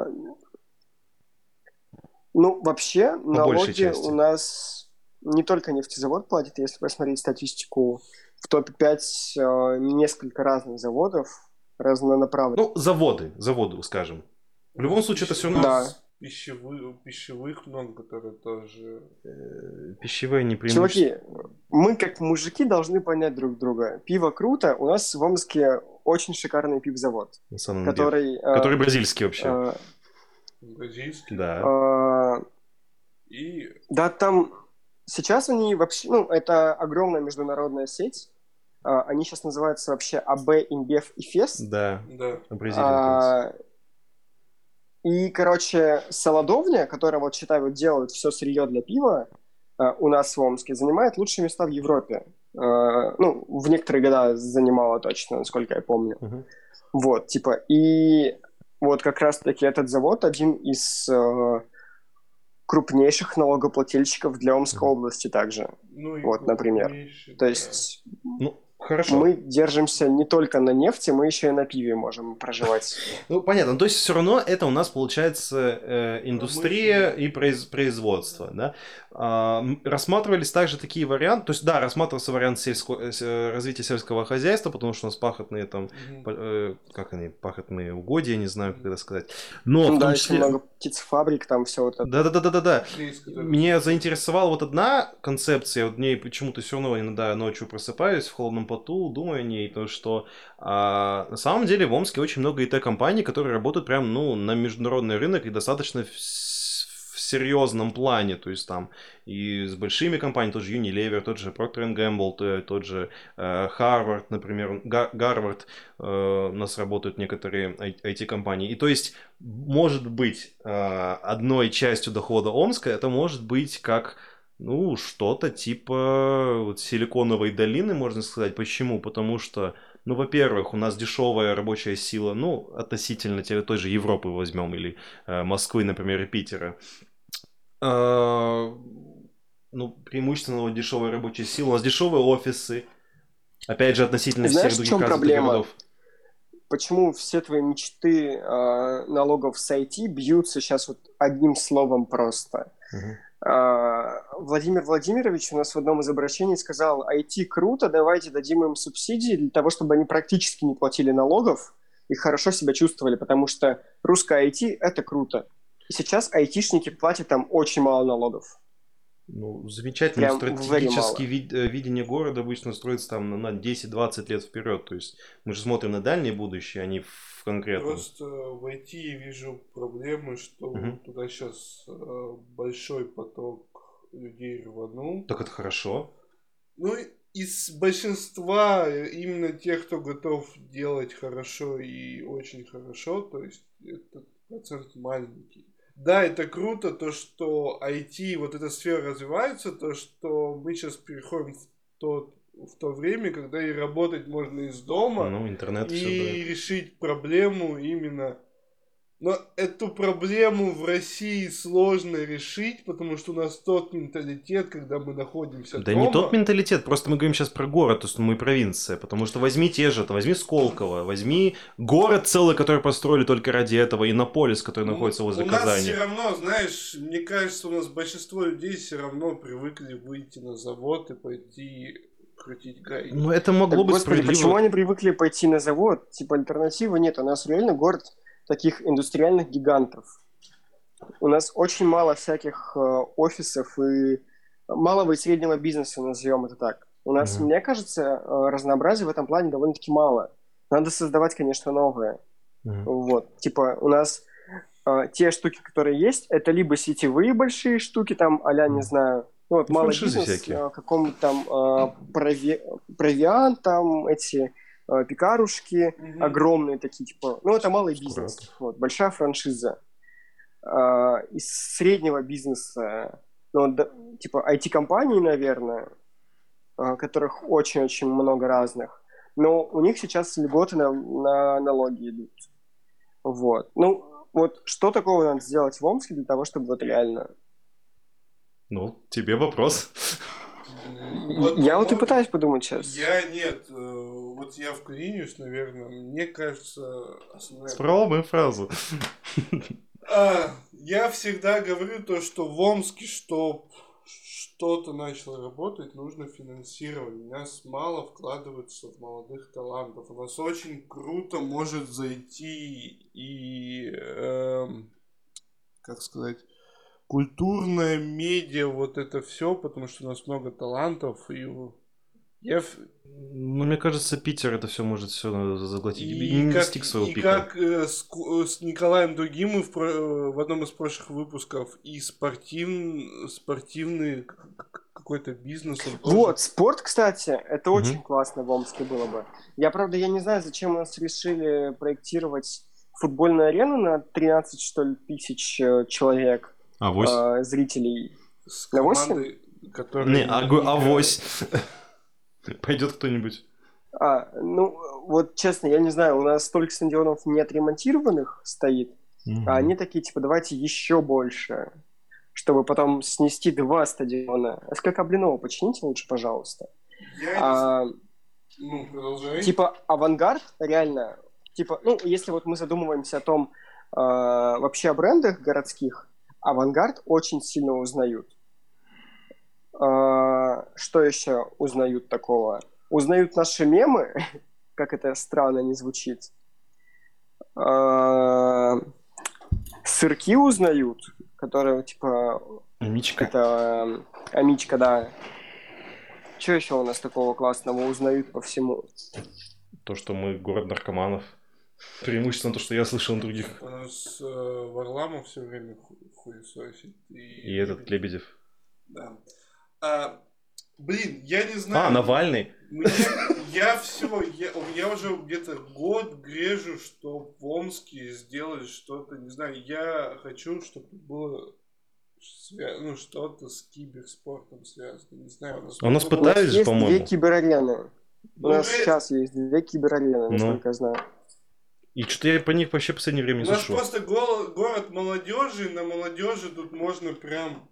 S1: Ну, вообще,
S2: По большей
S1: налоги
S2: части.
S1: у нас не только нефтезавод платит, если посмотреть статистику, в топе пять э, несколько разных заводов, разнонаправленных.
S2: Ну, заводы, заводы, скажем. В любом случае, это все равно...
S1: Да.
S3: Пищевых, пищевых много, которые тоже...
S2: э, Пищевые не преимущества.
S1: Чуваки, мы как мужики должны понять друг друга. Пиво круто, у нас в Омске очень шикарный пивзавод,
S2: На самом деле.
S1: который... э,
S2: Который бразильский вообще.
S1: э,
S3: бразильский.
S2: Да.
S1: э,
S3: И
S1: Да, там сейчас они вообще, ну, это огромная международная сеть. А, Они сейчас называются вообще АБ, Инбев и Фес.
S2: Да.
S3: да.
S2: В Бразилии находится.
S1: А, И, короче, Солодовня, которая, вот, считай, вот делает все сырье для пива а, у нас в Омске, занимает лучшие места в Европе. А, Ну, в некоторые года занимала точно, насколько я помню.
S2: Мгм.
S1: Вот, типа, и вот как раз-таки этот завод один из э, крупнейших налогоплательщиков для Омской области также.
S3: Ну, и
S1: Вот, например.
S3: крупнейший,
S1: То
S3: да.
S1: есть
S2: Ну, хорошо.
S1: мы держимся не только на нефти, мы еще и на пиве можем проживать.
S2: Ну, понятно. То есть, все равно это у нас получается э, индустрия и произ- производство, да? А, рассматривались также такие варианты, то есть, да, рассматривался вариант сельско... развития сельского хозяйства, потому что у нас пахотные там,
S3: Мгм.
S2: э, как они, пахотные угодья, я не знаю, как это сказать. Но в
S1: Ну
S2: том
S1: да, еще
S2: числе...
S1: много птицефабрик, там все вот это.
S2: Да-да-да-да-да.
S3: Есть, которые-
S2: Меня заинтересовала вот одна концепция, вот мне почему-то все равно иногда ночью просыпаюсь в холодном поту, думаю о ней, то что а, на самом деле в Омске очень много ай ти-компаний, которые работают прям, ну, на международный рынок и достаточно в, с- в серьезном плане, то есть там и с большими компаниями, тот же Unilever, тот же Procter энд Gamble, то- тот же э, Harvard, например, Га- Гарвард, э, у нас работают некоторые ай- ай ти-компании, и то есть может быть э, одной частью дохода Омска, это может быть как, ну, что-то типа вот Силиконовой долины, можно сказать. Почему? Потому что, ну, во-первых, у нас дешевая рабочая сила, ну, относительно те- той же Европы возьмем, или э, Москвы, например, и Питера. Э, ну, преимущественно вот дешевая рабочая сила, у нас дешевые офисы, опять же, относительно всех
S1: Знаешь, в
S2: других
S1: чем
S2: развитых
S1: проблема?
S2: городов.
S1: Почему все твои мечты э, налогов с ай ти бьются сейчас вот одним словом просто?
S2: Мгм.
S1: А, Владимир Владимирович у нас в одном из обращений сказал: ай ти круто, давайте дадим им субсидии для того, чтобы они практически не платили налогов и хорошо себя чувствовали, потому что русское ай ти – это круто. И сейчас айтишники платят там очень мало налогов.
S2: Ну, замечательно.
S1: Прям very
S2: Стратегически
S1: мало.
S2: вид- э, видение города обычно строится там на- на десять-двадцать лет вперед. То есть мы же смотрим на дальнее будущее, а не в конкретном.
S3: Просто в ай ти я вижу проблемы, что
S2: Мгм.
S3: туда сейчас большой поток людей рванул.
S2: Так это хорошо.
S3: Ну, из большинства э, именно тех, кто готов делать хорошо и очень хорошо, то есть этот процент маленький. Да, это круто, то, что ай ти, вот эта сфера развивается, то, что мы сейчас переходим в тот в то время, когда и работать можно из дома,
S2: Ну, интернет
S3: и
S2: все дает.
S3: решить проблему именно. Но эту проблему в России сложно решить, потому что у нас тот менталитет, когда мы находимся
S2: Да
S3: дома.
S2: не тот менталитет, просто мы говорим сейчас про город, то есть мы провинция. Потому что возьми те же, это возьми Сколково, возьми город целый, который построили только ради этого, Иннополис, который
S3: Ну,
S2: находится возле
S3: у нас
S2: Казани.
S3: все равно, знаешь, мне кажется, у нас большинство людей все равно привыкли выйти на завод и пойти крутить гайки.
S2: Ну, это могло
S1: Так,
S2: быть
S1: господи,
S2: справедливо.
S1: почему они привыкли пойти на завод? Типа альтернативы нет. У нас реально город таких индустриальных гигантов. У нас очень мало всяких э, офисов и малого и среднего бизнеса, назовем это так. У нас,
S2: Мгм.
S1: мне кажется, э, разнообразия в этом плане довольно-таки мало. Надо создавать, конечно, новое.
S2: Мгм.
S1: Вот. Типа у нас э, те штуки, которые есть, это либо сетевые большие штуки, там, а-ля, не
S2: Мгм.
S1: знаю, ну вот
S2: Ну,
S1: малый
S2: франшизы
S1: бизнес,
S2: всякие.
S1: э, какому-то там э, прови- провиант, там эти э, пекарушки,
S3: Мгм.
S1: огромные такие, типа, ну это малый бизнес,
S2: Аккуратно.
S1: вот, большая франшиза. А, из среднего бизнеса, ну, да, типа ай ти-компаний, наверное, а, которых очень-очень много разных, но у них сейчас льготы на, на налоги идут. Вот. Ну, вот что такого надо сделать в Омске для того, чтобы вот реально...
S2: Ну, тебе вопрос.
S3: Вот
S1: Я вот и
S3: налоги-
S1: пытаюсь подумать сейчас.
S3: Я нет, э, вот я вклинюсь, наверное, мне кажется, основная
S2: Попробуем фразу.
S3: А, я всегда говорю то, что в Омске, что что-то начало работать, нужно финансировать. У нас мало вкладывается в молодых талантов. У нас очень круто может зайти и, эм, как сказать, культурное медиа, вот это все, потому что у нас много талантов. И я в-
S2: Ну, мне кажется, Питер это все может все заглотить. И
S3: И
S2: не
S3: как,
S2: достиг своего
S3: и
S2: пика.
S3: как э, с, Ку- с Николаем Дугим мы в, про- э, в одном из прошлых выпусков и спортив, спортивный к- к- какой-то бизнес он тоже.
S1: Вот, спорт, кстати, это
S2: Мгм.
S1: очень классно в Омске было бы. Я, правда, я не знаю, зачем у нас решили проектировать футбольную арену на тринадцать, что ли, тысяч э, человек,
S2: Авось.
S1: э, зрителей.
S3: С
S1: На восемь?
S3: командой, которая
S2: Не,
S3: не-
S2: а-
S3: не играет.
S2: авось. Пойдет кто-нибудь.
S1: А, ну, вот честно, я не знаю, у нас столько стадионов не отремонтированных стоит,
S2: Мгм.
S1: а они такие, типа, давайте еще больше, чтобы потом снести два стадиона. СКК Блинова почините лучше, пожалуйста.
S3: Я не
S1: А,
S3: знаю. Ну, продолжай.
S1: Типа авангард, реально, типа, ну, если вот мы задумываемся о том, а, вообще о брендах городских, авангард очень сильно узнают. А, что еще узнают такого? Узнают наши мемы, как это странно не звучит. А, сырки узнают, которые, типа,
S2: Амичка.
S1: это амичка, да. Что еще у нас такого классного узнают по всему?
S2: То, что мы город наркоманов. Преимущественно то, что я слышал на других.
S3: У нас э, Варламов все время ху- хуесосит. И,
S2: И этот Лебедев.
S3: Да. А, блин, я не знаю.
S2: А, Навальный.
S3: Мне, я все, я, я уже где-то год грежу, что в Омске сделали что-то, не знаю, я хочу, чтобы было свя- ну, что-то с киберспортом связано, не знаю.
S2: У нас
S1: У нас
S2: пытались же,
S1: есть две
S2: по-моему.
S1: киберарены. У
S3: Ну,
S1: нас
S3: блядь,
S1: сейчас есть две киберарены,
S2: Ну.
S1: насколько я знаю.
S2: И что-то я по них вообще в последнее время
S3: у
S2: не
S3: нас
S2: слышу.
S3: просто го- город молодежи, на молодежи тут можно прям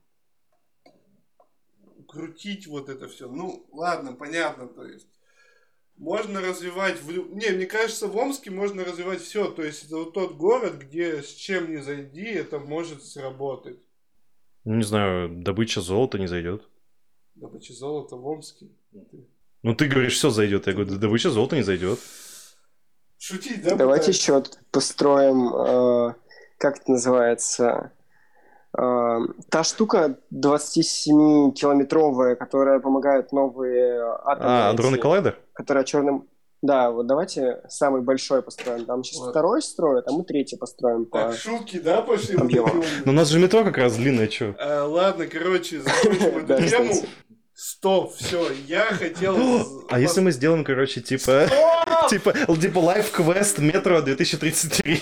S3: крутить вот это все. Ну, ладно, понятно, то есть. Можно развивать... В... лю- Не, мне кажется, в Омске можно развивать все. То есть, это вот тот город, где с чем не зайди, это может сработать.
S2: Ну, не знаю, добыча золота не зайдет.
S3: Добыча золота в Омске.
S2: Ну, ты говоришь, все зайдет. Я говорю, да добыча золота не зайдет.
S3: Шутить, да?
S1: Давайте
S3: пытаюсь?
S1: еще построим, э, как это называется, э, та штука двадцатисемикилометровая, которая помогает новые атомы
S2: А, дронный
S1: найти,
S2: коллайдер?
S1: которая черным... Да, вот давайте самый большой построим. Там сейчас
S3: Вот.
S1: второй строят, а мы третий построим по...
S3: Так, шутки, да, пошли? Вот
S1: объему.
S3: такие
S2: Но
S3: умные.
S2: у нас же метро как раз длинное, что?
S3: А, ладно, короче, закончим эту
S1: Да,
S3: тему.
S1: кстати.
S3: Стоп, все, я хотел...
S2: А если мы сделаем, короче, типа... Типа, типа лайв-квест метро две тысячи тридцать три.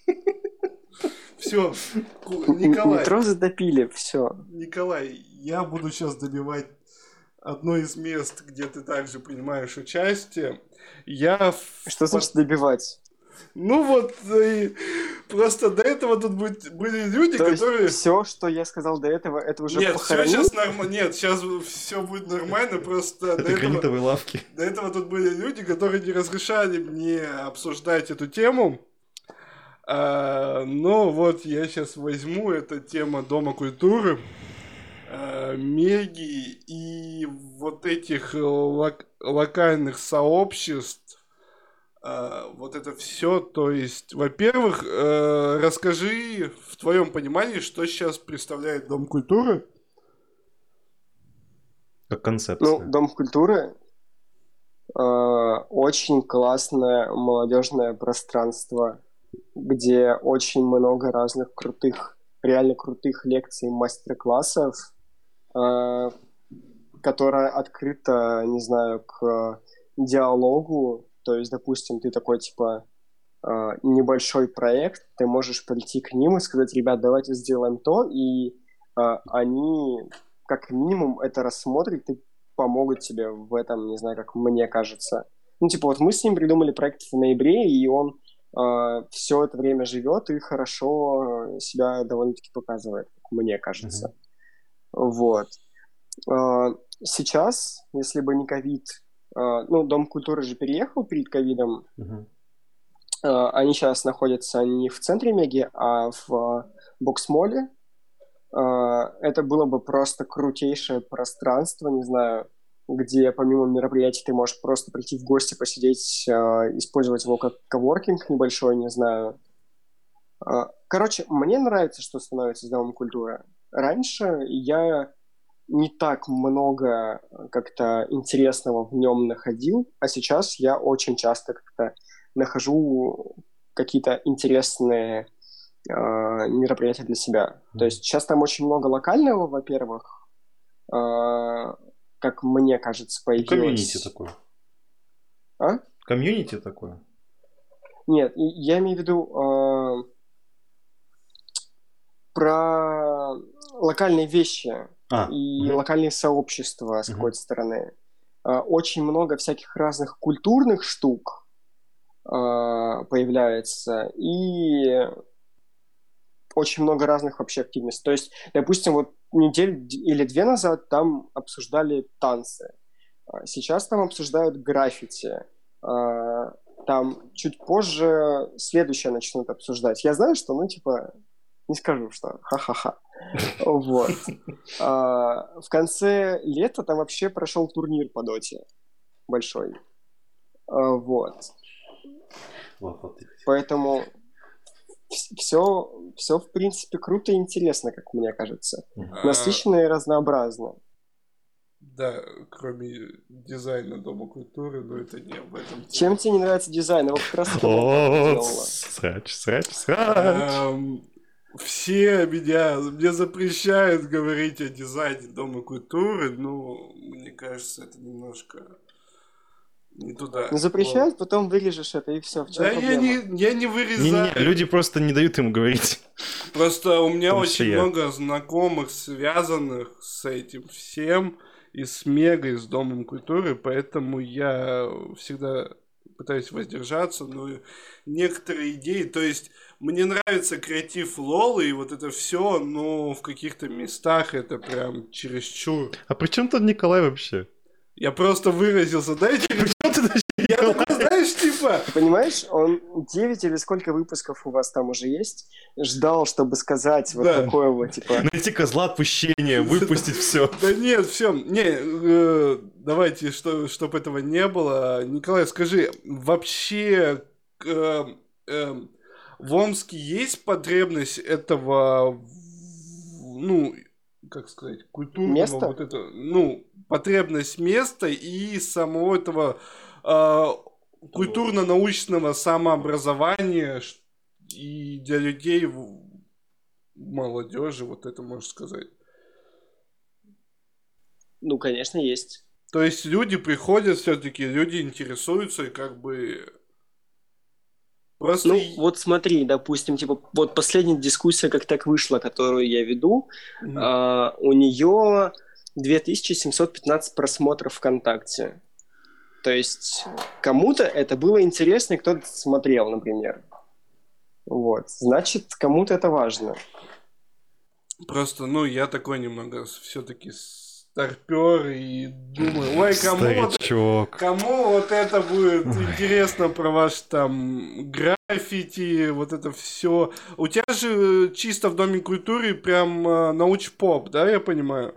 S3: Все, Николай,
S1: Метро затопили, все.
S3: Николай, я буду сейчас добивать одно из мест, где ты также принимаешь участие. Я... в-
S1: Что значит добивать?
S3: Ну вот, э, просто до этого тут быть- были люди,
S1: То есть
S3: которые...
S1: все, что я сказал до этого, это уже
S3: Нет, все
S1: похоронил?
S3: сейчас нормально. Нет, сейчас все будет нормально, просто до
S2: Это
S3: этого,
S2: гранитовые лавки.
S3: до этого тут были люди, которые не разрешали мне обсуждать эту тему. А, но вот я сейчас возьму, это тема Дома культуры, а, Меги и вот этих лок- локальных сообществ. А, вот это все, то есть, во-первых, э, расскажи в твоем понимании, что сейчас представляет Дом культуры.
S2: Как
S1: Ну,
S2: концепция.
S1: Дом культуры э, очень классное молодежное пространство, где очень много разных крутых, реально крутых лекций, мастер-классов, э, которое открыто, не знаю, к диалогу. То есть, допустим, ты такой, типа, э, небольшой проект, ты можешь прийти к ним и сказать: ребят, давайте сделаем то, и э, они, как минимум, это рассмотрят и помогут тебе в этом, не знаю, как мне кажется. Ну, типа, вот мы с ним придумали проект в ноябре, и он э, все это время живет и хорошо себя довольно-таки показывает, как мне кажется. Вот. Э, сейчас, если бы не ковид, э, ну, Дом культуры же переехал перед ковидом,
S2: Мгм.
S1: Э, они сейчас находятся не в центре Меги, а в э, Боксмоле. Э, это было бы просто крутейшее пространство, не знаю, где помимо мероприятий ты можешь просто прийти в гости, посидеть, э, использовать его как коворкинг небольшой, не знаю. Э, Короче, мне нравится, что становится с Домом культуры. Раньше я не так много как-то интересного в нем находил, а сейчас я очень часто как-то нахожу какие-то интересные э, мероприятия для себя. То есть сейчас там очень много локального, во-первых, э, как мне кажется,
S2: Комьюнити
S1: появилось.
S2: такое.
S1: А?
S2: Комьюнити такое.
S1: Нет, и- я имею в виду э, про локальные вещи
S2: А,
S1: и
S2: мгм.
S1: локальные сообщества с
S2: Мгм.
S1: какой-то стороны. Э, Очень много всяких разных культурных штук э, появляется, и очень много разных вообще активностей. То есть, допустим, вот неделю д- или две назад там обсуждали танцы. А сейчас там обсуждают граффити. А, Там чуть позже следующее начнут обсуждать. Я знаю, что, ну, типа, Не скажу, что ха-ха-ха. Вот. А, в конце лета там вообще прошел турнир по доте. Большой. А, вот. Поэтому все, все в принципе круто и интересно, как мне кажется. Насыщенно и разнообразно.
S3: Да, кроме дизайна Дома культуры, но это не об этом.
S1: Чем тебе не нравится дизайн? Его как раз
S2: О, срач, срач, срач.
S3: Все меня, мне запрещают говорить о дизайне Дома культуры, но мне кажется, это немножко не туда.
S1: Ну, запрещают, потом вырежешь это, и все. В чем
S3: да
S1: проблема?
S3: я не, я не вырезаю.
S2: Не-не, люди просто не дают ему говорить.
S3: Просто у меня
S2: Том
S3: очень
S2: числе я.
S3: много знакомых, связанных с этим всем, и с Мегой, и с Домом культуры, поэтому я всегда пытаюсь воздержаться, но некоторые идеи, то есть мне нравится креатив Лолы и вот это все, но в каких-то местах это прям чересчур.
S2: А при чем тут Николай вообще?
S3: Я просто выразился, дайте
S2: При чем тут вообще
S3: я
S2: Николай?
S3: такой, знаешь, типа...
S1: Ты понимаешь, он девять или сколько выпусков у вас там уже есть, ждал, чтобы сказать вот
S3: Да.
S1: такое вот, типа...
S2: Найти козла отпущения, выпустить все.
S3: Да нет, все, не, э, давайте, что, чтобы этого не было. Николай, скажи, вообще э, э, в Омске есть потребность этого, в- ну, как сказать, культурного
S1: Места?
S3: вот это, ну, потребность места и самого этого э, культурно-научного самообразования ш- и для людей, в- молодежи, вот это можно сказать.
S1: Ну, конечно, есть.
S3: То есть люди приходят все-таки, люди интересуются и как бы просто...
S1: Ну,
S3: и-
S1: вот смотри, допустим, типа, вот последняя дискуссия, как так вышла, которую я веду,
S3: Мгм.
S1: а, у нее две тысячи семьсот пятнадцать просмотров ВКонтакте. То есть кому-то это было интересно, и кто-то смотрел, например. Вот. Значит, кому-то это важно.
S3: Просто, ну, я такой немного все-таки старпер и думаю, ой, кому вот,
S2: Старичок.
S3: кому вот это будет интересно про ваш там граффити, вот это все. У тебя же чисто в Доме культуры прям э, науч-поп, да, я понимаю?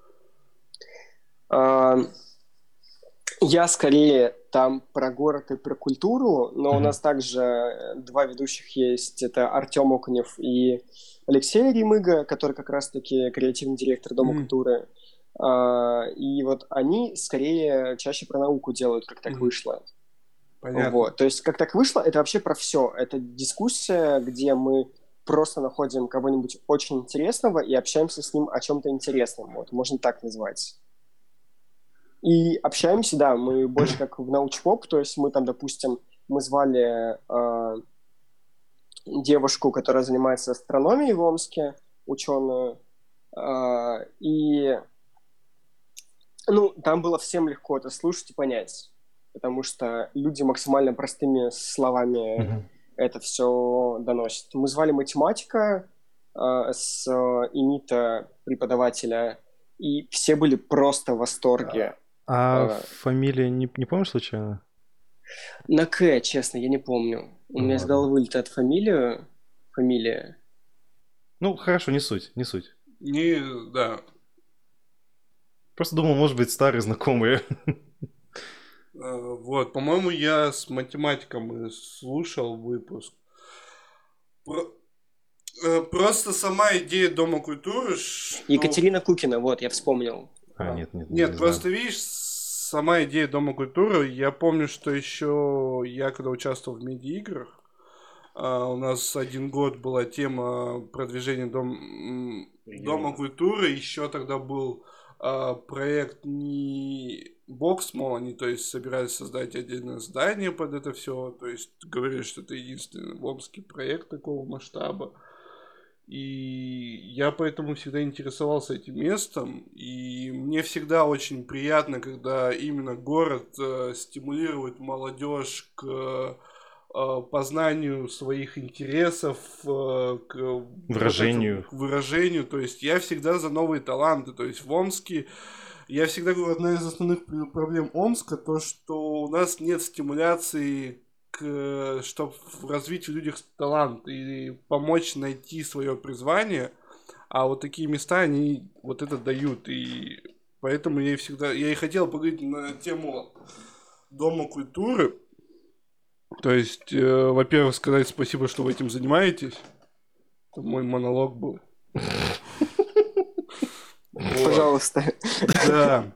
S1: А, Я скорее там про город и про культуру, но у
S2: Мгм.
S1: нас также два ведущих есть. Это Артем Окунев и Алексей Ремыга, который как раз-таки креативный директор Дома
S3: Мгм.
S1: культуры. А, И вот они скорее чаще про науку делают, как так
S3: Мгм.
S1: вышло.
S3: Понятно.
S1: Вот. То есть, как так вышло, это вообще про все. Это дискуссия, где мы просто находим кого-нибудь очень интересного и общаемся с ним о чем-то интересном. Вот, можно так назвать. И общаемся, да, мы больше как в научпоп, то есть мы там, допустим, мы звали э, девушку, которая занимается астрономией в Омске, ученую, э, и ну, там было всем легко это слушать и понять, потому что люди максимально простыми словами
S2: Мгм.
S1: это все доносят. Мы звали математика э, с ИНИТа преподавателя, и все были просто в восторге.
S2: А
S1: А.
S2: фамилия не, не помнишь случайно?
S1: На К, честно, я не помню. У
S2: Ну
S1: меня из
S2: ладно.
S1: головы летает фамилию. Фамилия.
S2: Ну, хорошо, не суть, не суть.
S3: Не, да.
S2: Просто думал, может быть, старые знакомые.
S3: Э, Вот, по-моему, я с математиком и слушал выпуск. Про- э, Просто сама идея Дома культуры, что...
S1: Екатерина Кукина, вот, я вспомнил.
S2: А, нет, нет,
S3: Нет,
S2: не
S3: просто
S2: знаю.
S3: видишь, сама идея Дома культуры, я помню, что еще я когда участвовал в медиа-играх, а, у нас один год была тема продвижения дом, м, Дома культуры, еще тогда был а, проект не Боксмол, они, то есть, собирались создать отдельное здание под это все, то есть, говорили, что это единственный в Омске проект такого масштаба. И я поэтому всегда интересовался этим местом, и мне всегда очень приятно, когда именно город э, стимулирует молодежь к э, познанию своих интересов, э, к вот
S2: Выражению.
S3: этому, к выражению. То есть я всегда за новые таланты. То есть в Омске, я всегда говорю, одна из основных проблем Омска, то, что у нас нет стимуляции чтобы развить в людях талант и помочь найти свое призвание, а вот такие места, они вот это дают, и поэтому я и всегда, я и хотел поговорить на тему Дома культуры, то есть, э, во-первых, сказать спасибо, что вы этим занимаетесь, это мой монолог был.
S1: Пожалуйста.
S3: Да.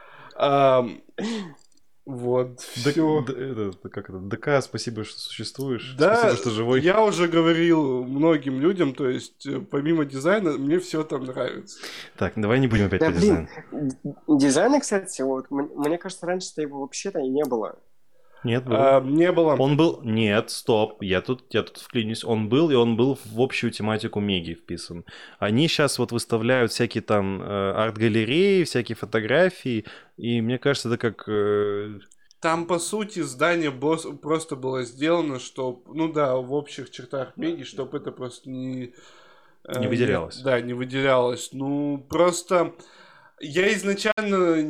S3: Вот, все.
S2: Как это? ДК, спасибо, что существуешь.
S3: Да,
S2: спасибо, что живой.
S3: Я уже говорил многим людям, то есть, помимо дизайна, мне все там нравится.
S2: Так, давай не будем опять
S1: Да,
S2: про дизайн.
S1: блин, дизайна, кстати, вот, мне кажется, раньше-то его вообще-то и не было.
S2: Нет, был.
S3: А, не было.
S2: Он был... Нет, стоп, я тут, я тут вклинюсь. Он был, и он был в общую тематику Меги вписан. Они сейчас вот выставляют всякие там э, арт-галереи, всякие фотографии, и мне кажется, это как... Э...
S3: Там, по сути, здание босс просто было сделано, что, ну да, в общих чертах Меги, чтобы это просто не...
S2: Не выделялось.
S3: Не, да, не выделялось. Ну, просто я изначально...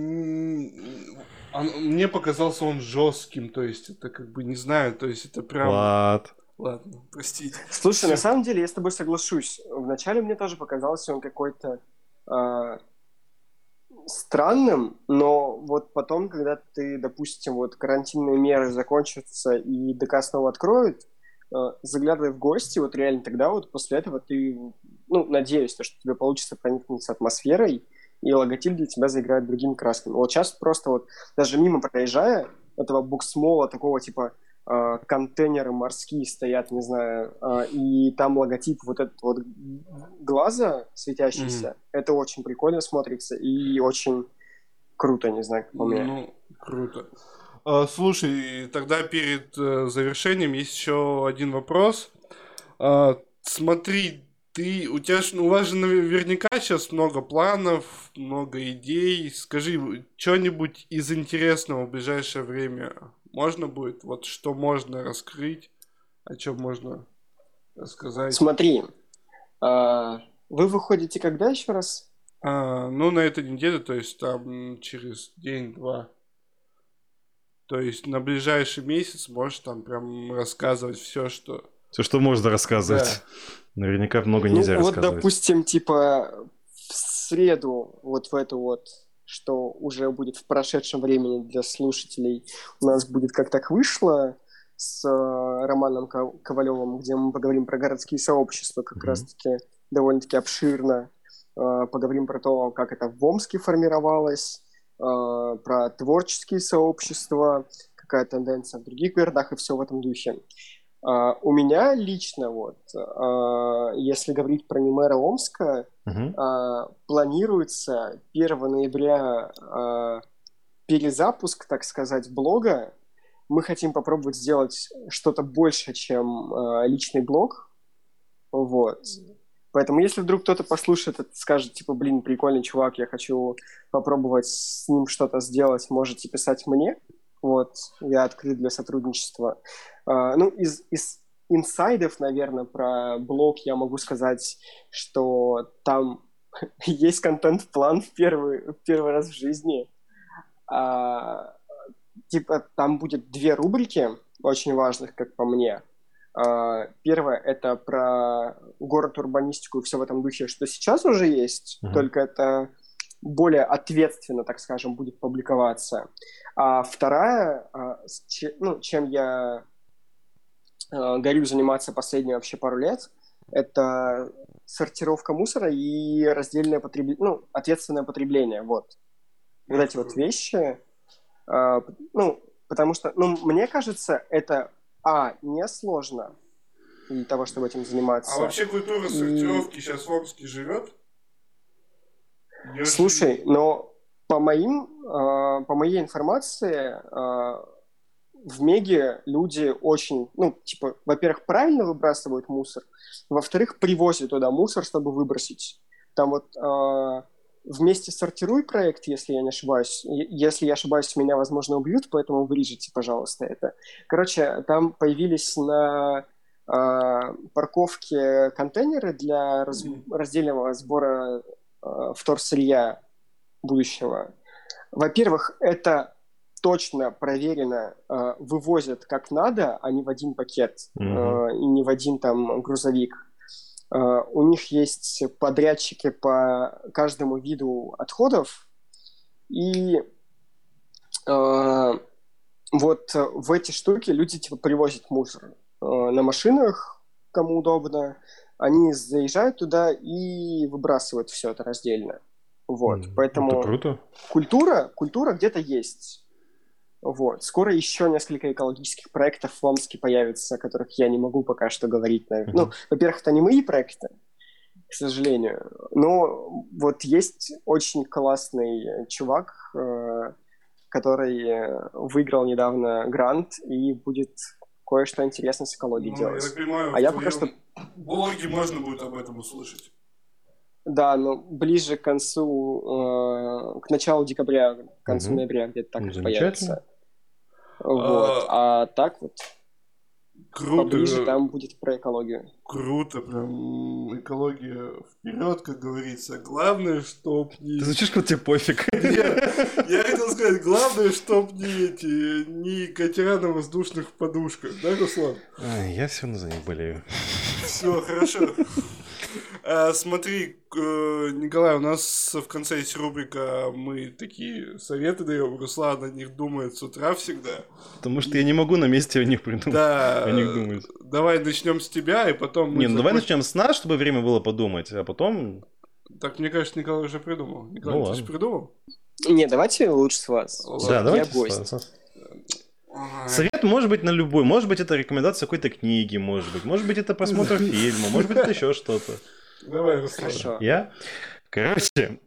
S3: Он, мне показался он жестким, то есть это как бы, не знаю, то есть это прям...
S2: Влад.
S3: Ладно, простите.
S1: Слушай,
S3: Всё.
S1: на самом деле, я с тобой соглашусь. Вначале мне тоже показался он какой-то э, странным, но вот потом, когда ты, допустим, вот карантинные меры закончатся и ДК снова откроют, э, заглядывай в гости, вот реально тогда вот после этого ты, ну, надеюсь, то, что тебе получится проникнуться атмосферой, и логотип для тебя заиграет другими красками. Вот сейчас просто вот даже мимо проезжая этого буксмола, такого типа э, контейнеры морские стоят, не знаю, э, и там логотип вот этот вот глаза светящийся, mm-hmm. это очень прикольно смотрится и очень круто, не знаю, как по мне.
S3: Ну, круто. А, слушай, тогда перед э, завершением есть еще один вопрос. А, смотри, Ты, у тебя, у вас же наверняка сейчас много планов, много идей. Скажи, что-нибудь из интересного в ближайшее время можно будет? Вот что можно раскрыть, о чем можно рассказать?
S1: Смотри, а, вы выходите когда еще раз?
S3: А, ну, на этой неделе, то есть там через день-два. То есть на ближайший месяц можешь там прям рассказывать все, что...
S2: Все, что можно рассказывать. Да. Наверняка много нельзя
S1: ну,
S2: рассказывать.
S1: Вот, допустим, типа в среду, вот в эту вот, что уже будет в прошедшем времени для слушателей, у нас будет «Как так вышло» с э, Романом Ковалевым, где мы поговорим про городские сообщества, как mm-hmm. раз-таки довольно-таки обширно. Э, поговорим про то, как это в Омске формировалось, э, про творческие сообщества, какая тенденция в других городах и все в этом духе. Uh, у меня лично, вот, uh, если говорить про Немэра Омска, uh-huh. uh, планируется первого ноября uh, перезапуск, так сказать, блога. Мы хотим попробовать сделать что-то больше, чем uh, личный блог. Вот. Поэтому, если вдруг кто-то послушает это, скажет, типа, блин, прикольный чувак, я хочу попробовать с ним что-то сделать, можете писать мне. Вот, я открыт для сотрудничества. Uh, ну, из, из инсайдов, наверное, про блог я могу сказать, что там есть контент-план в первый, в первый раз в жизни. Uh, типа, там будет две рубрики, очень важных, как по мне. Uh, первая — это про город, урбанистику и все в этом духе, что сейчас уже есть, mm-hmm. только это... более ответственно, так скажем, будет публиковаться. А вторая, ну, чем я горю заниматься последние вообще пару лет, это сортировка мусора и раздельное потребление, ну, ответственное потребление, вот. Вот эти вот вещи, ну, потому что, ну, мне кажется, это, а, несложно для того, чтобы этим заниматься.
S3: А вообще культура сортировки и... сейчас в Омске живет?
S1: Я Слушай, же... но по моим, э, по моей информации, э, в Меге люди очень, ну, типа, во-первых, правильно выбрасывают мусор, во-вторых, привозят туда мусор, чтобы выбросить. Там вот э, вместе «Сортируй» проект, если я не ошибаюсь, если я ошибаюсь, меня, возможно, убьют, поэтому вырежите, пожалуйста, это. Короче, там появились на э, парковке контейнеры для раз... раздельного сбора вторсырья будущего. Во-первых, это точно, проверено э, вывозят как надо, а не в один пакет, э, и не в один там грузовик. Э, у них есть подрядчики по каждому виду отходов, и э, вот в эти штуки люди типа привозят мусор э, на машинах, кому удобно, они заезжают туда и выбрасывают все это раздельно. Вот, mm, поэтому
S2: это круто.
S1: Культура, культура где-то есть. Вот. Скоро еще несколько экологических проектов в Омске появится, о которых я не могу пока что говорить. Наверное. Mm-hmm. Ну, во-первых, это не мои проекты, к сожалению. Но вот есть очень классный чувак, э, который выиграл недавно грант и будет кое-что интересное с экологией ну, делать.
S3: Я понимаю,
S1: а я пока что...
S3: В блоге можно будет об этом услышать.
S1: Да, но ближе к концу, э, к началу декабря, к концу угу. ноября где-то так
S2: ну,
S1: появится. Вот. А, а так вот
S3: круто.
S1: Поближе там будет про экологию.
S3: Круто, прям экология вперед, как говорится. Главное, чтоб не...
S2: Ты звучишь, как тебе пофиг.
S3: Нет, я хотел сказать, главное, чтоб не эти, не катера на воздушных подушках, да, Руслан?
S2: А, я все равно за них болею.
S3: Все, хорошо. А, смотри, Николай, у нас в конце есть рубрика, мы такие советы даем, Руслан о них думает с утра всегда.
S2: Потому что и... я не могу на месте о них придумать.
S3: Да,
S2: о них думать.
S3: Давай начнем с тебя, и потом...
S2: Не, ну давай начнем с нас, чтобы время было подумать, а потом...
S3: Так, мне кажется, Николай уже придумал. Николай, ну, ты же придумал?
S1: Не, давайте лучше с вас.
S2: Да, я давайте гость. С вас. Совет может быть на любой. Может быть, это рекомендация какой-то книги, может быть. Может быть, это просмотр фильма, может быть, это еще что-то.
S3: Давай, Руслан.
S2: Я? Короче,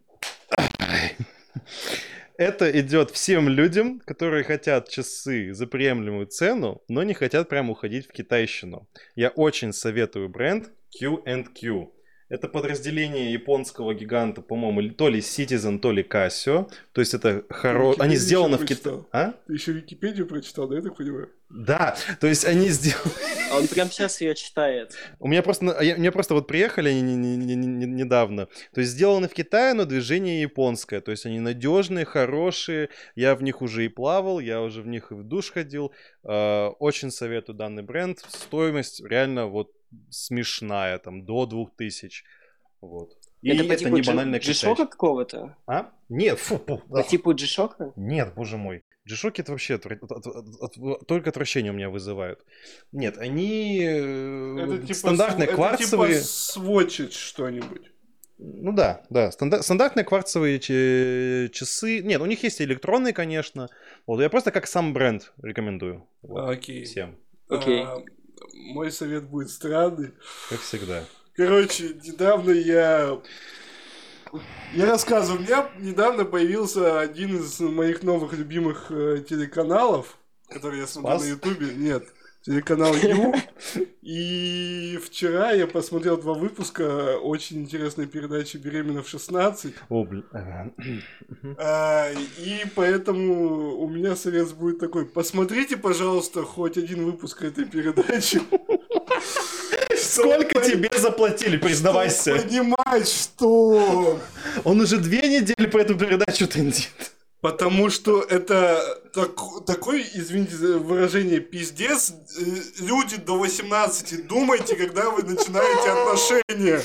S2: это идет всем людям, которые хотят часы за приемлемую цену, но не хотят прям уходить в китайщину. Я очень советую бренд кью энд кью. Это подразделение японского гиганта, по-моему, то ли Citizen, то ли Casio. То есть это хорошо... Они сделаны в Китае. А?
S3: Ты еще Википедию прочитал, да, я так понимаю?
S2: Да, то есть они сделаны...
S1: А он прямо сейчас ее читает.
S2: У меня просто, у меня просто вот приехали они недавно. То есть сделаны в Китае, но движение японское. То есть они надежные, хорошие. Я в них уже и плавал, я уже в них и в душ ходил. Очень советую данный бренд. Стоимость реально вот смешная, там, до двух тысяч. Вот. И
S1: это, по
S2: это
S1: типу
S2: не банальная
S1: G-Shock какого-то?
S2: А? Нет, фу.
S1: По типу G-Shock?
S2: Нет, боже мой. G-Shock это вообще от, от, от, от, только отвращение у меня вызывают. Нет, они это типа стандартные
S3: св...
S2: кварцевые...
S3: Это типа сводчить что-нибудь.
S2: Ну да, да. Стандар... Стандартные кварцевые часы... Нет, у них есть и электронные, конечно. Вот, я просто как сам бренд рекомендую. Вот,
S3: окей.
S2: Всем.
S1: Окей.
S3: А, мой совет будет странный.
S2: Как всегда.
S3: Короче, недавно я... Я рассказываю, у меня недавно появился один из моих новых любимых э, телеканалов, который я смотрю Спас? на Ютубе. Нет, телеканал Ю. И вчера я посмотрел два выпуска очень интересной передачи «Беременна в шестнадцать».
S2: О, блин.
S3: А, и поэтому у меня совет будет такой. Посмотрите, пожалуйста, хоть один выпуск этой передачи.
S2: Сколько Чтобы тебе заплатили, признавайся?
S3: Понимать, что...
S2: Он уже две недели по эту передачу тендит.
S3: Потому что это так, такой, извините за выражение, пиздец. Люди до восемнадцати, думайте, когда вы начинаете отношения.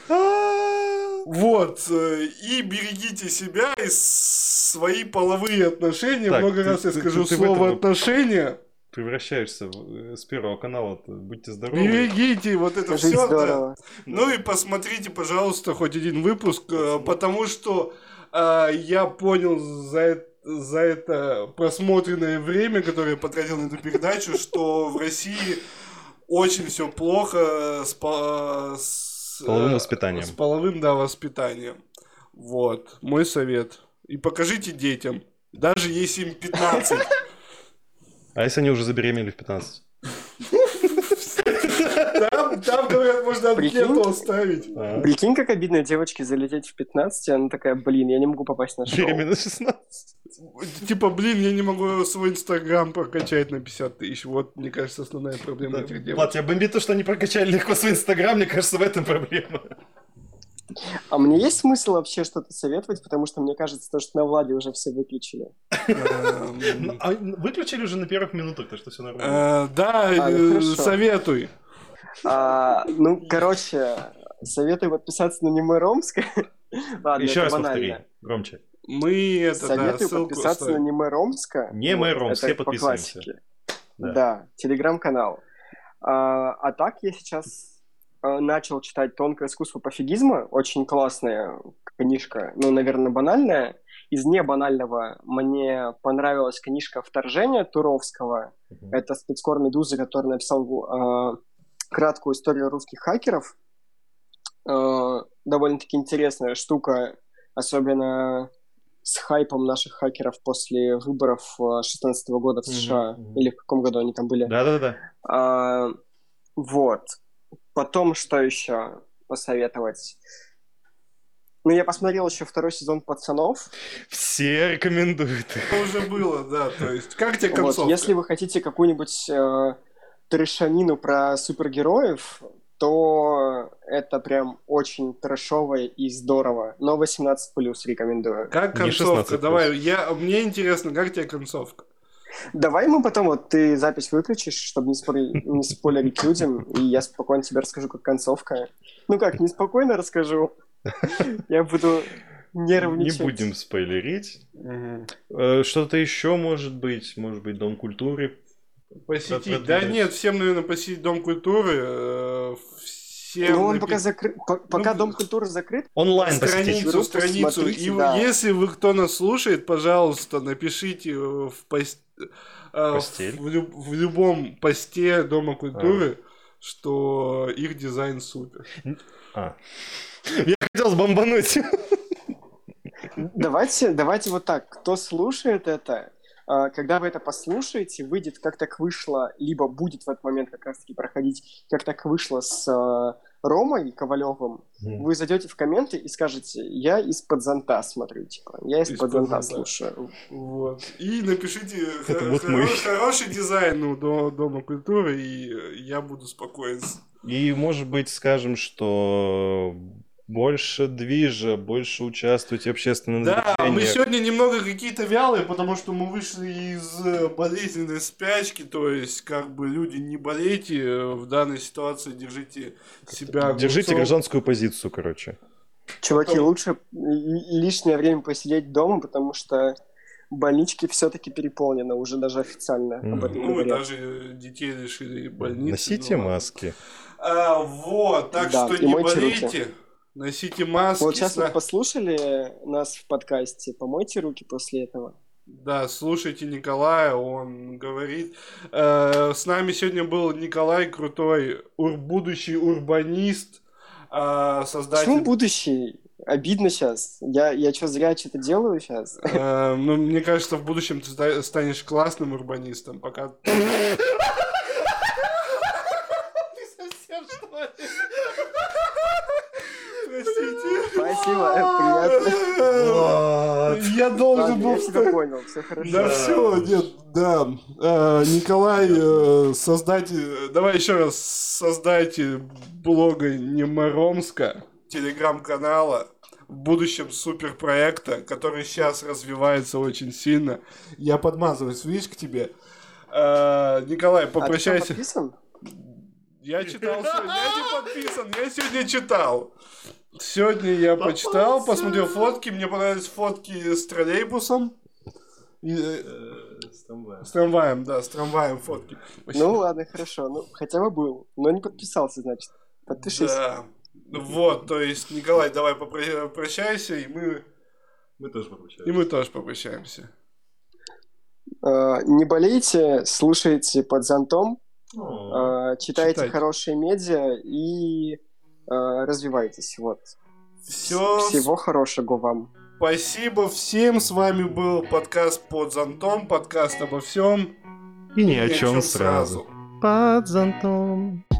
S3: Вот. И берегите себя и свои половые отношения. Так, Много ты, раз я ты, скажу ты, слово ты отношения.
S2: Превращаешься в, с Первого канала. Будьте здоровы.
S3: Берегите вот это все. Да. Ну и посмотрите, пожалуйста, хоть один выпуск, потому что э, я понял за, за это просмотренное время, которое я потратил на эту передачу, что в России очень все плохо с, с,
S2: с половым воспитанием.
S3: С половым, да, воспитанием. Вот. Мой совет. И покажите детям, даже если им пятнадцать.
S2: А если они уже забеременели в пятнадцать?
S3: Там, там говорят, можно анкету оставить.
S1: А. Прикинь, как обидно девочке залететь в пятнадцать, и она такая, блин, я не могу попасть на шоу.
S2: Беременна в шестнадцать.
S3: Типа, блин, я не могу свой инстаграм прокачать на пятьдесят тысяч. Вот, мне кажется, основная проблема
S2: да.
S3: этих девочек.
S2: Влад, тебя бомбит то, что они прокачали легко свой инстаграм, мне кажется, в этом проблема.
S1: А мне есть смысл вообще что-то советовать, потому что мне кажется, то, что на Владе уже все выключили.
S2: Ну, а выключили уже на первых минутах, так что все нормально.
S3: Э, Да,
S1: А, ну
S3: э,
S1: хорошо.
S3: советуй.
S1: А, ну, короче, советую подписаться на Аниме Ромска. Ладно,
S2: Еще
S1: это
S2: раз
S1: банально.
S2: повтори, громче.
S3: Мы это, да,
S1: Советую
S3: ссылку
S1: подписаться на
S3: оставим.
S1: Аниме Ромска.
S2: Не
S1: Вот,
S2: мы, Ром,
S1: это
S2: все
S1: по
S2: подписываемся.
S1: классике.
S2: Да.
S1: Да, телеграм-канал. А, а так я сейчас э, начал читать «Тонкое искусство пофигизма». Очень классная книжка, ну, наверное, банальная. Из небанального мне понравилась книжка «Вторжение» Туровского.
S2: Мгм.
S1: Это спецкор «Медузы», который написал э, краткую историю русских хакеров. Э, довольно-таки интересная штука, особенно с хайпом наших хакеров после выборов две тысячи шестнадцатого года в
S2: Мгм,
S1: США.
S2: мгм.
S1: Или в каком году они там были.
S2: Да-да-да.
S1: А, вот. Потом что еще посоветовать? Ну, я посмотрел еще второй сезон «Пацанов».
S2: Все рекомендуют.
S3: Это уже было, да, то есть, как тебе
S1: Вот,
S3: концовка?
S1: если вы хотите какую-нибудь э, трэшанину про супергероев, то это прям очень трэшово и здорово. Но восемнадцать плюс рекомендую.
S3: Как
S2: Не
S3: концовка?
S2: шестнадцать
S3: Давай, я, мне интересно, как тебе концовка?
S1: Давай мы потом, вот ты запись выключишь, чтобы не, спор- не спойлерить людям, и я спокойно тебе расскажу, как концовка. Ну как, не спокойно расскажу. Я буду
S2: Не
S1: нервничать.
S2: будем спойлерить. Э, Что-то еще может быть? Может быть, Дом культуры?
S3: Посетить.
S2: Продвинуть.
S3: Да нет, всем, наверное, посетить Дом культуры. э, Всем
S1: Ну он
S3: напи-
S1: пока закрыт, пока
S3: Ну,
S1: Дом культуры закрыт.
S2: Онлайн посетить.
S3: страницу,
S1: Выпуск
S3: страницу.
S1: смотрите,
S3: И
S1: да.
S3: если вы кто нас слушает, пожалуйста, напишите э, в, пос- э,
S2: Постель.
S3: в, люб- в любом посте Дома культуры, что их дизайн супер.
S2: А. Я хотел бомбануть.
S1: Давайте, давайте вот так. Кто слушает это, а, когда вы это послушаете, выйдет, как так вышло, либо будет в этот момент как раз-таки проходить, как так вышло с а, Ромой Ковалевым.
S2: Мгм.
S1: Вы зайдете в комменты и скажете: я из-под зонта смотрю, типа, я из-под
S3: Из-под
S1: зонта
S3: зонта.
S1: слушаю.
S3: Вот. И напишите
S2: Это
S3: хо-
S2: вот
S3: хоро-
S2: мы.
S3: хороший дизайн у До- Дома культуры, и э, я буду спокоен.
S2: И, может быть, скажем, что больше движа, больше участвуйте в общественном
S3: Да, мы
S2: движении.
S3: сегодня немного какие-то вялые, потому что мы вышли из э, болезненной спячки, то есть как бы люди, не болейте, э, в данной ситуации держите себя
S2: Держите
S3: огурцом.
S2: гражданскую позицию, короче.
S1: Чуваки,
S3: Потом-
S1: лучше л- лишнее время посидеть дома, потому что больнички все-таки переполнены, уже даже официально об
S2: Мгм.
S1: этом
S3: Ну, и
S1: говорят.
S3: даже э, детей решили больницы.
S2: Носите
S3: ну ладно.
S2: маски.
S3: А, вот, так
S1: Да,
S3: что
S1: и
S3: не
S1: мойте руки.
S3: болейте, носите маски.
S1: Вот сейчас
S3: сна-
S1: вот послушали нас в подкасте, помойте руки после этого.
S3: Да, слушайте Николая, он говорит. Э, с нами сегодня был Николай Крутой, ур- будущий урбанист, э, создатель...
S1: Почему будущий? Обидно сейчас. Я, я что, зря что-то делаю сейчас?
S3: Э, ну, мне кажется, в будущем ты ста- станешь классным урбанистом, пока... Ты совсем, что ли? Простите.
S1: Спасибо, приятно.
S3: Я должен
S1: Ладно,
S3: был...
S1: я тебя понял, все хорошо.
S3: Да все, нет, да. Э, Николай, э, создатель, давай еще раз, создатель блога Немаромска, телеграм-канала, в будущем суперпроекта, который сейчас развивается очень сильно. Я подмазываюсь, видишь, к тебе. Э, Николай,
S1: А ты там
S3: попрощайся.
S1: подписан?
S3: Я читал сегодня, я не подписан, я сегодня читал. Сегодня я почитал, посмотрел фотки, мне понравились фотки с троллейбусом. И, э, с трамваем, да, с трамваем фотки.
S1: Ну ладно, хорошо. Ну, хотя бы был. Но не подписался, значит. Подпишись.
S3: Да. Вот, то есть, Николай, давай попрощайся, и мы,
S2: Мы тоже
S3: и
S2: попрощаемся.
S3: мы тоже попрощаемся.
S1: Э, Не болейте, слушайте под зонтом,
S2: О.
S1: э, читайте
S3: Читайте.
S1: хорошие медиа и э, развивайтесь. Вот.
S3: Все,
S1: Всего хорошего вам.
S3: спасибо всем, с вами был подкаст «Под зонтом», подкаст обо всем
S2: И ни о чем сразу. Под зонтом.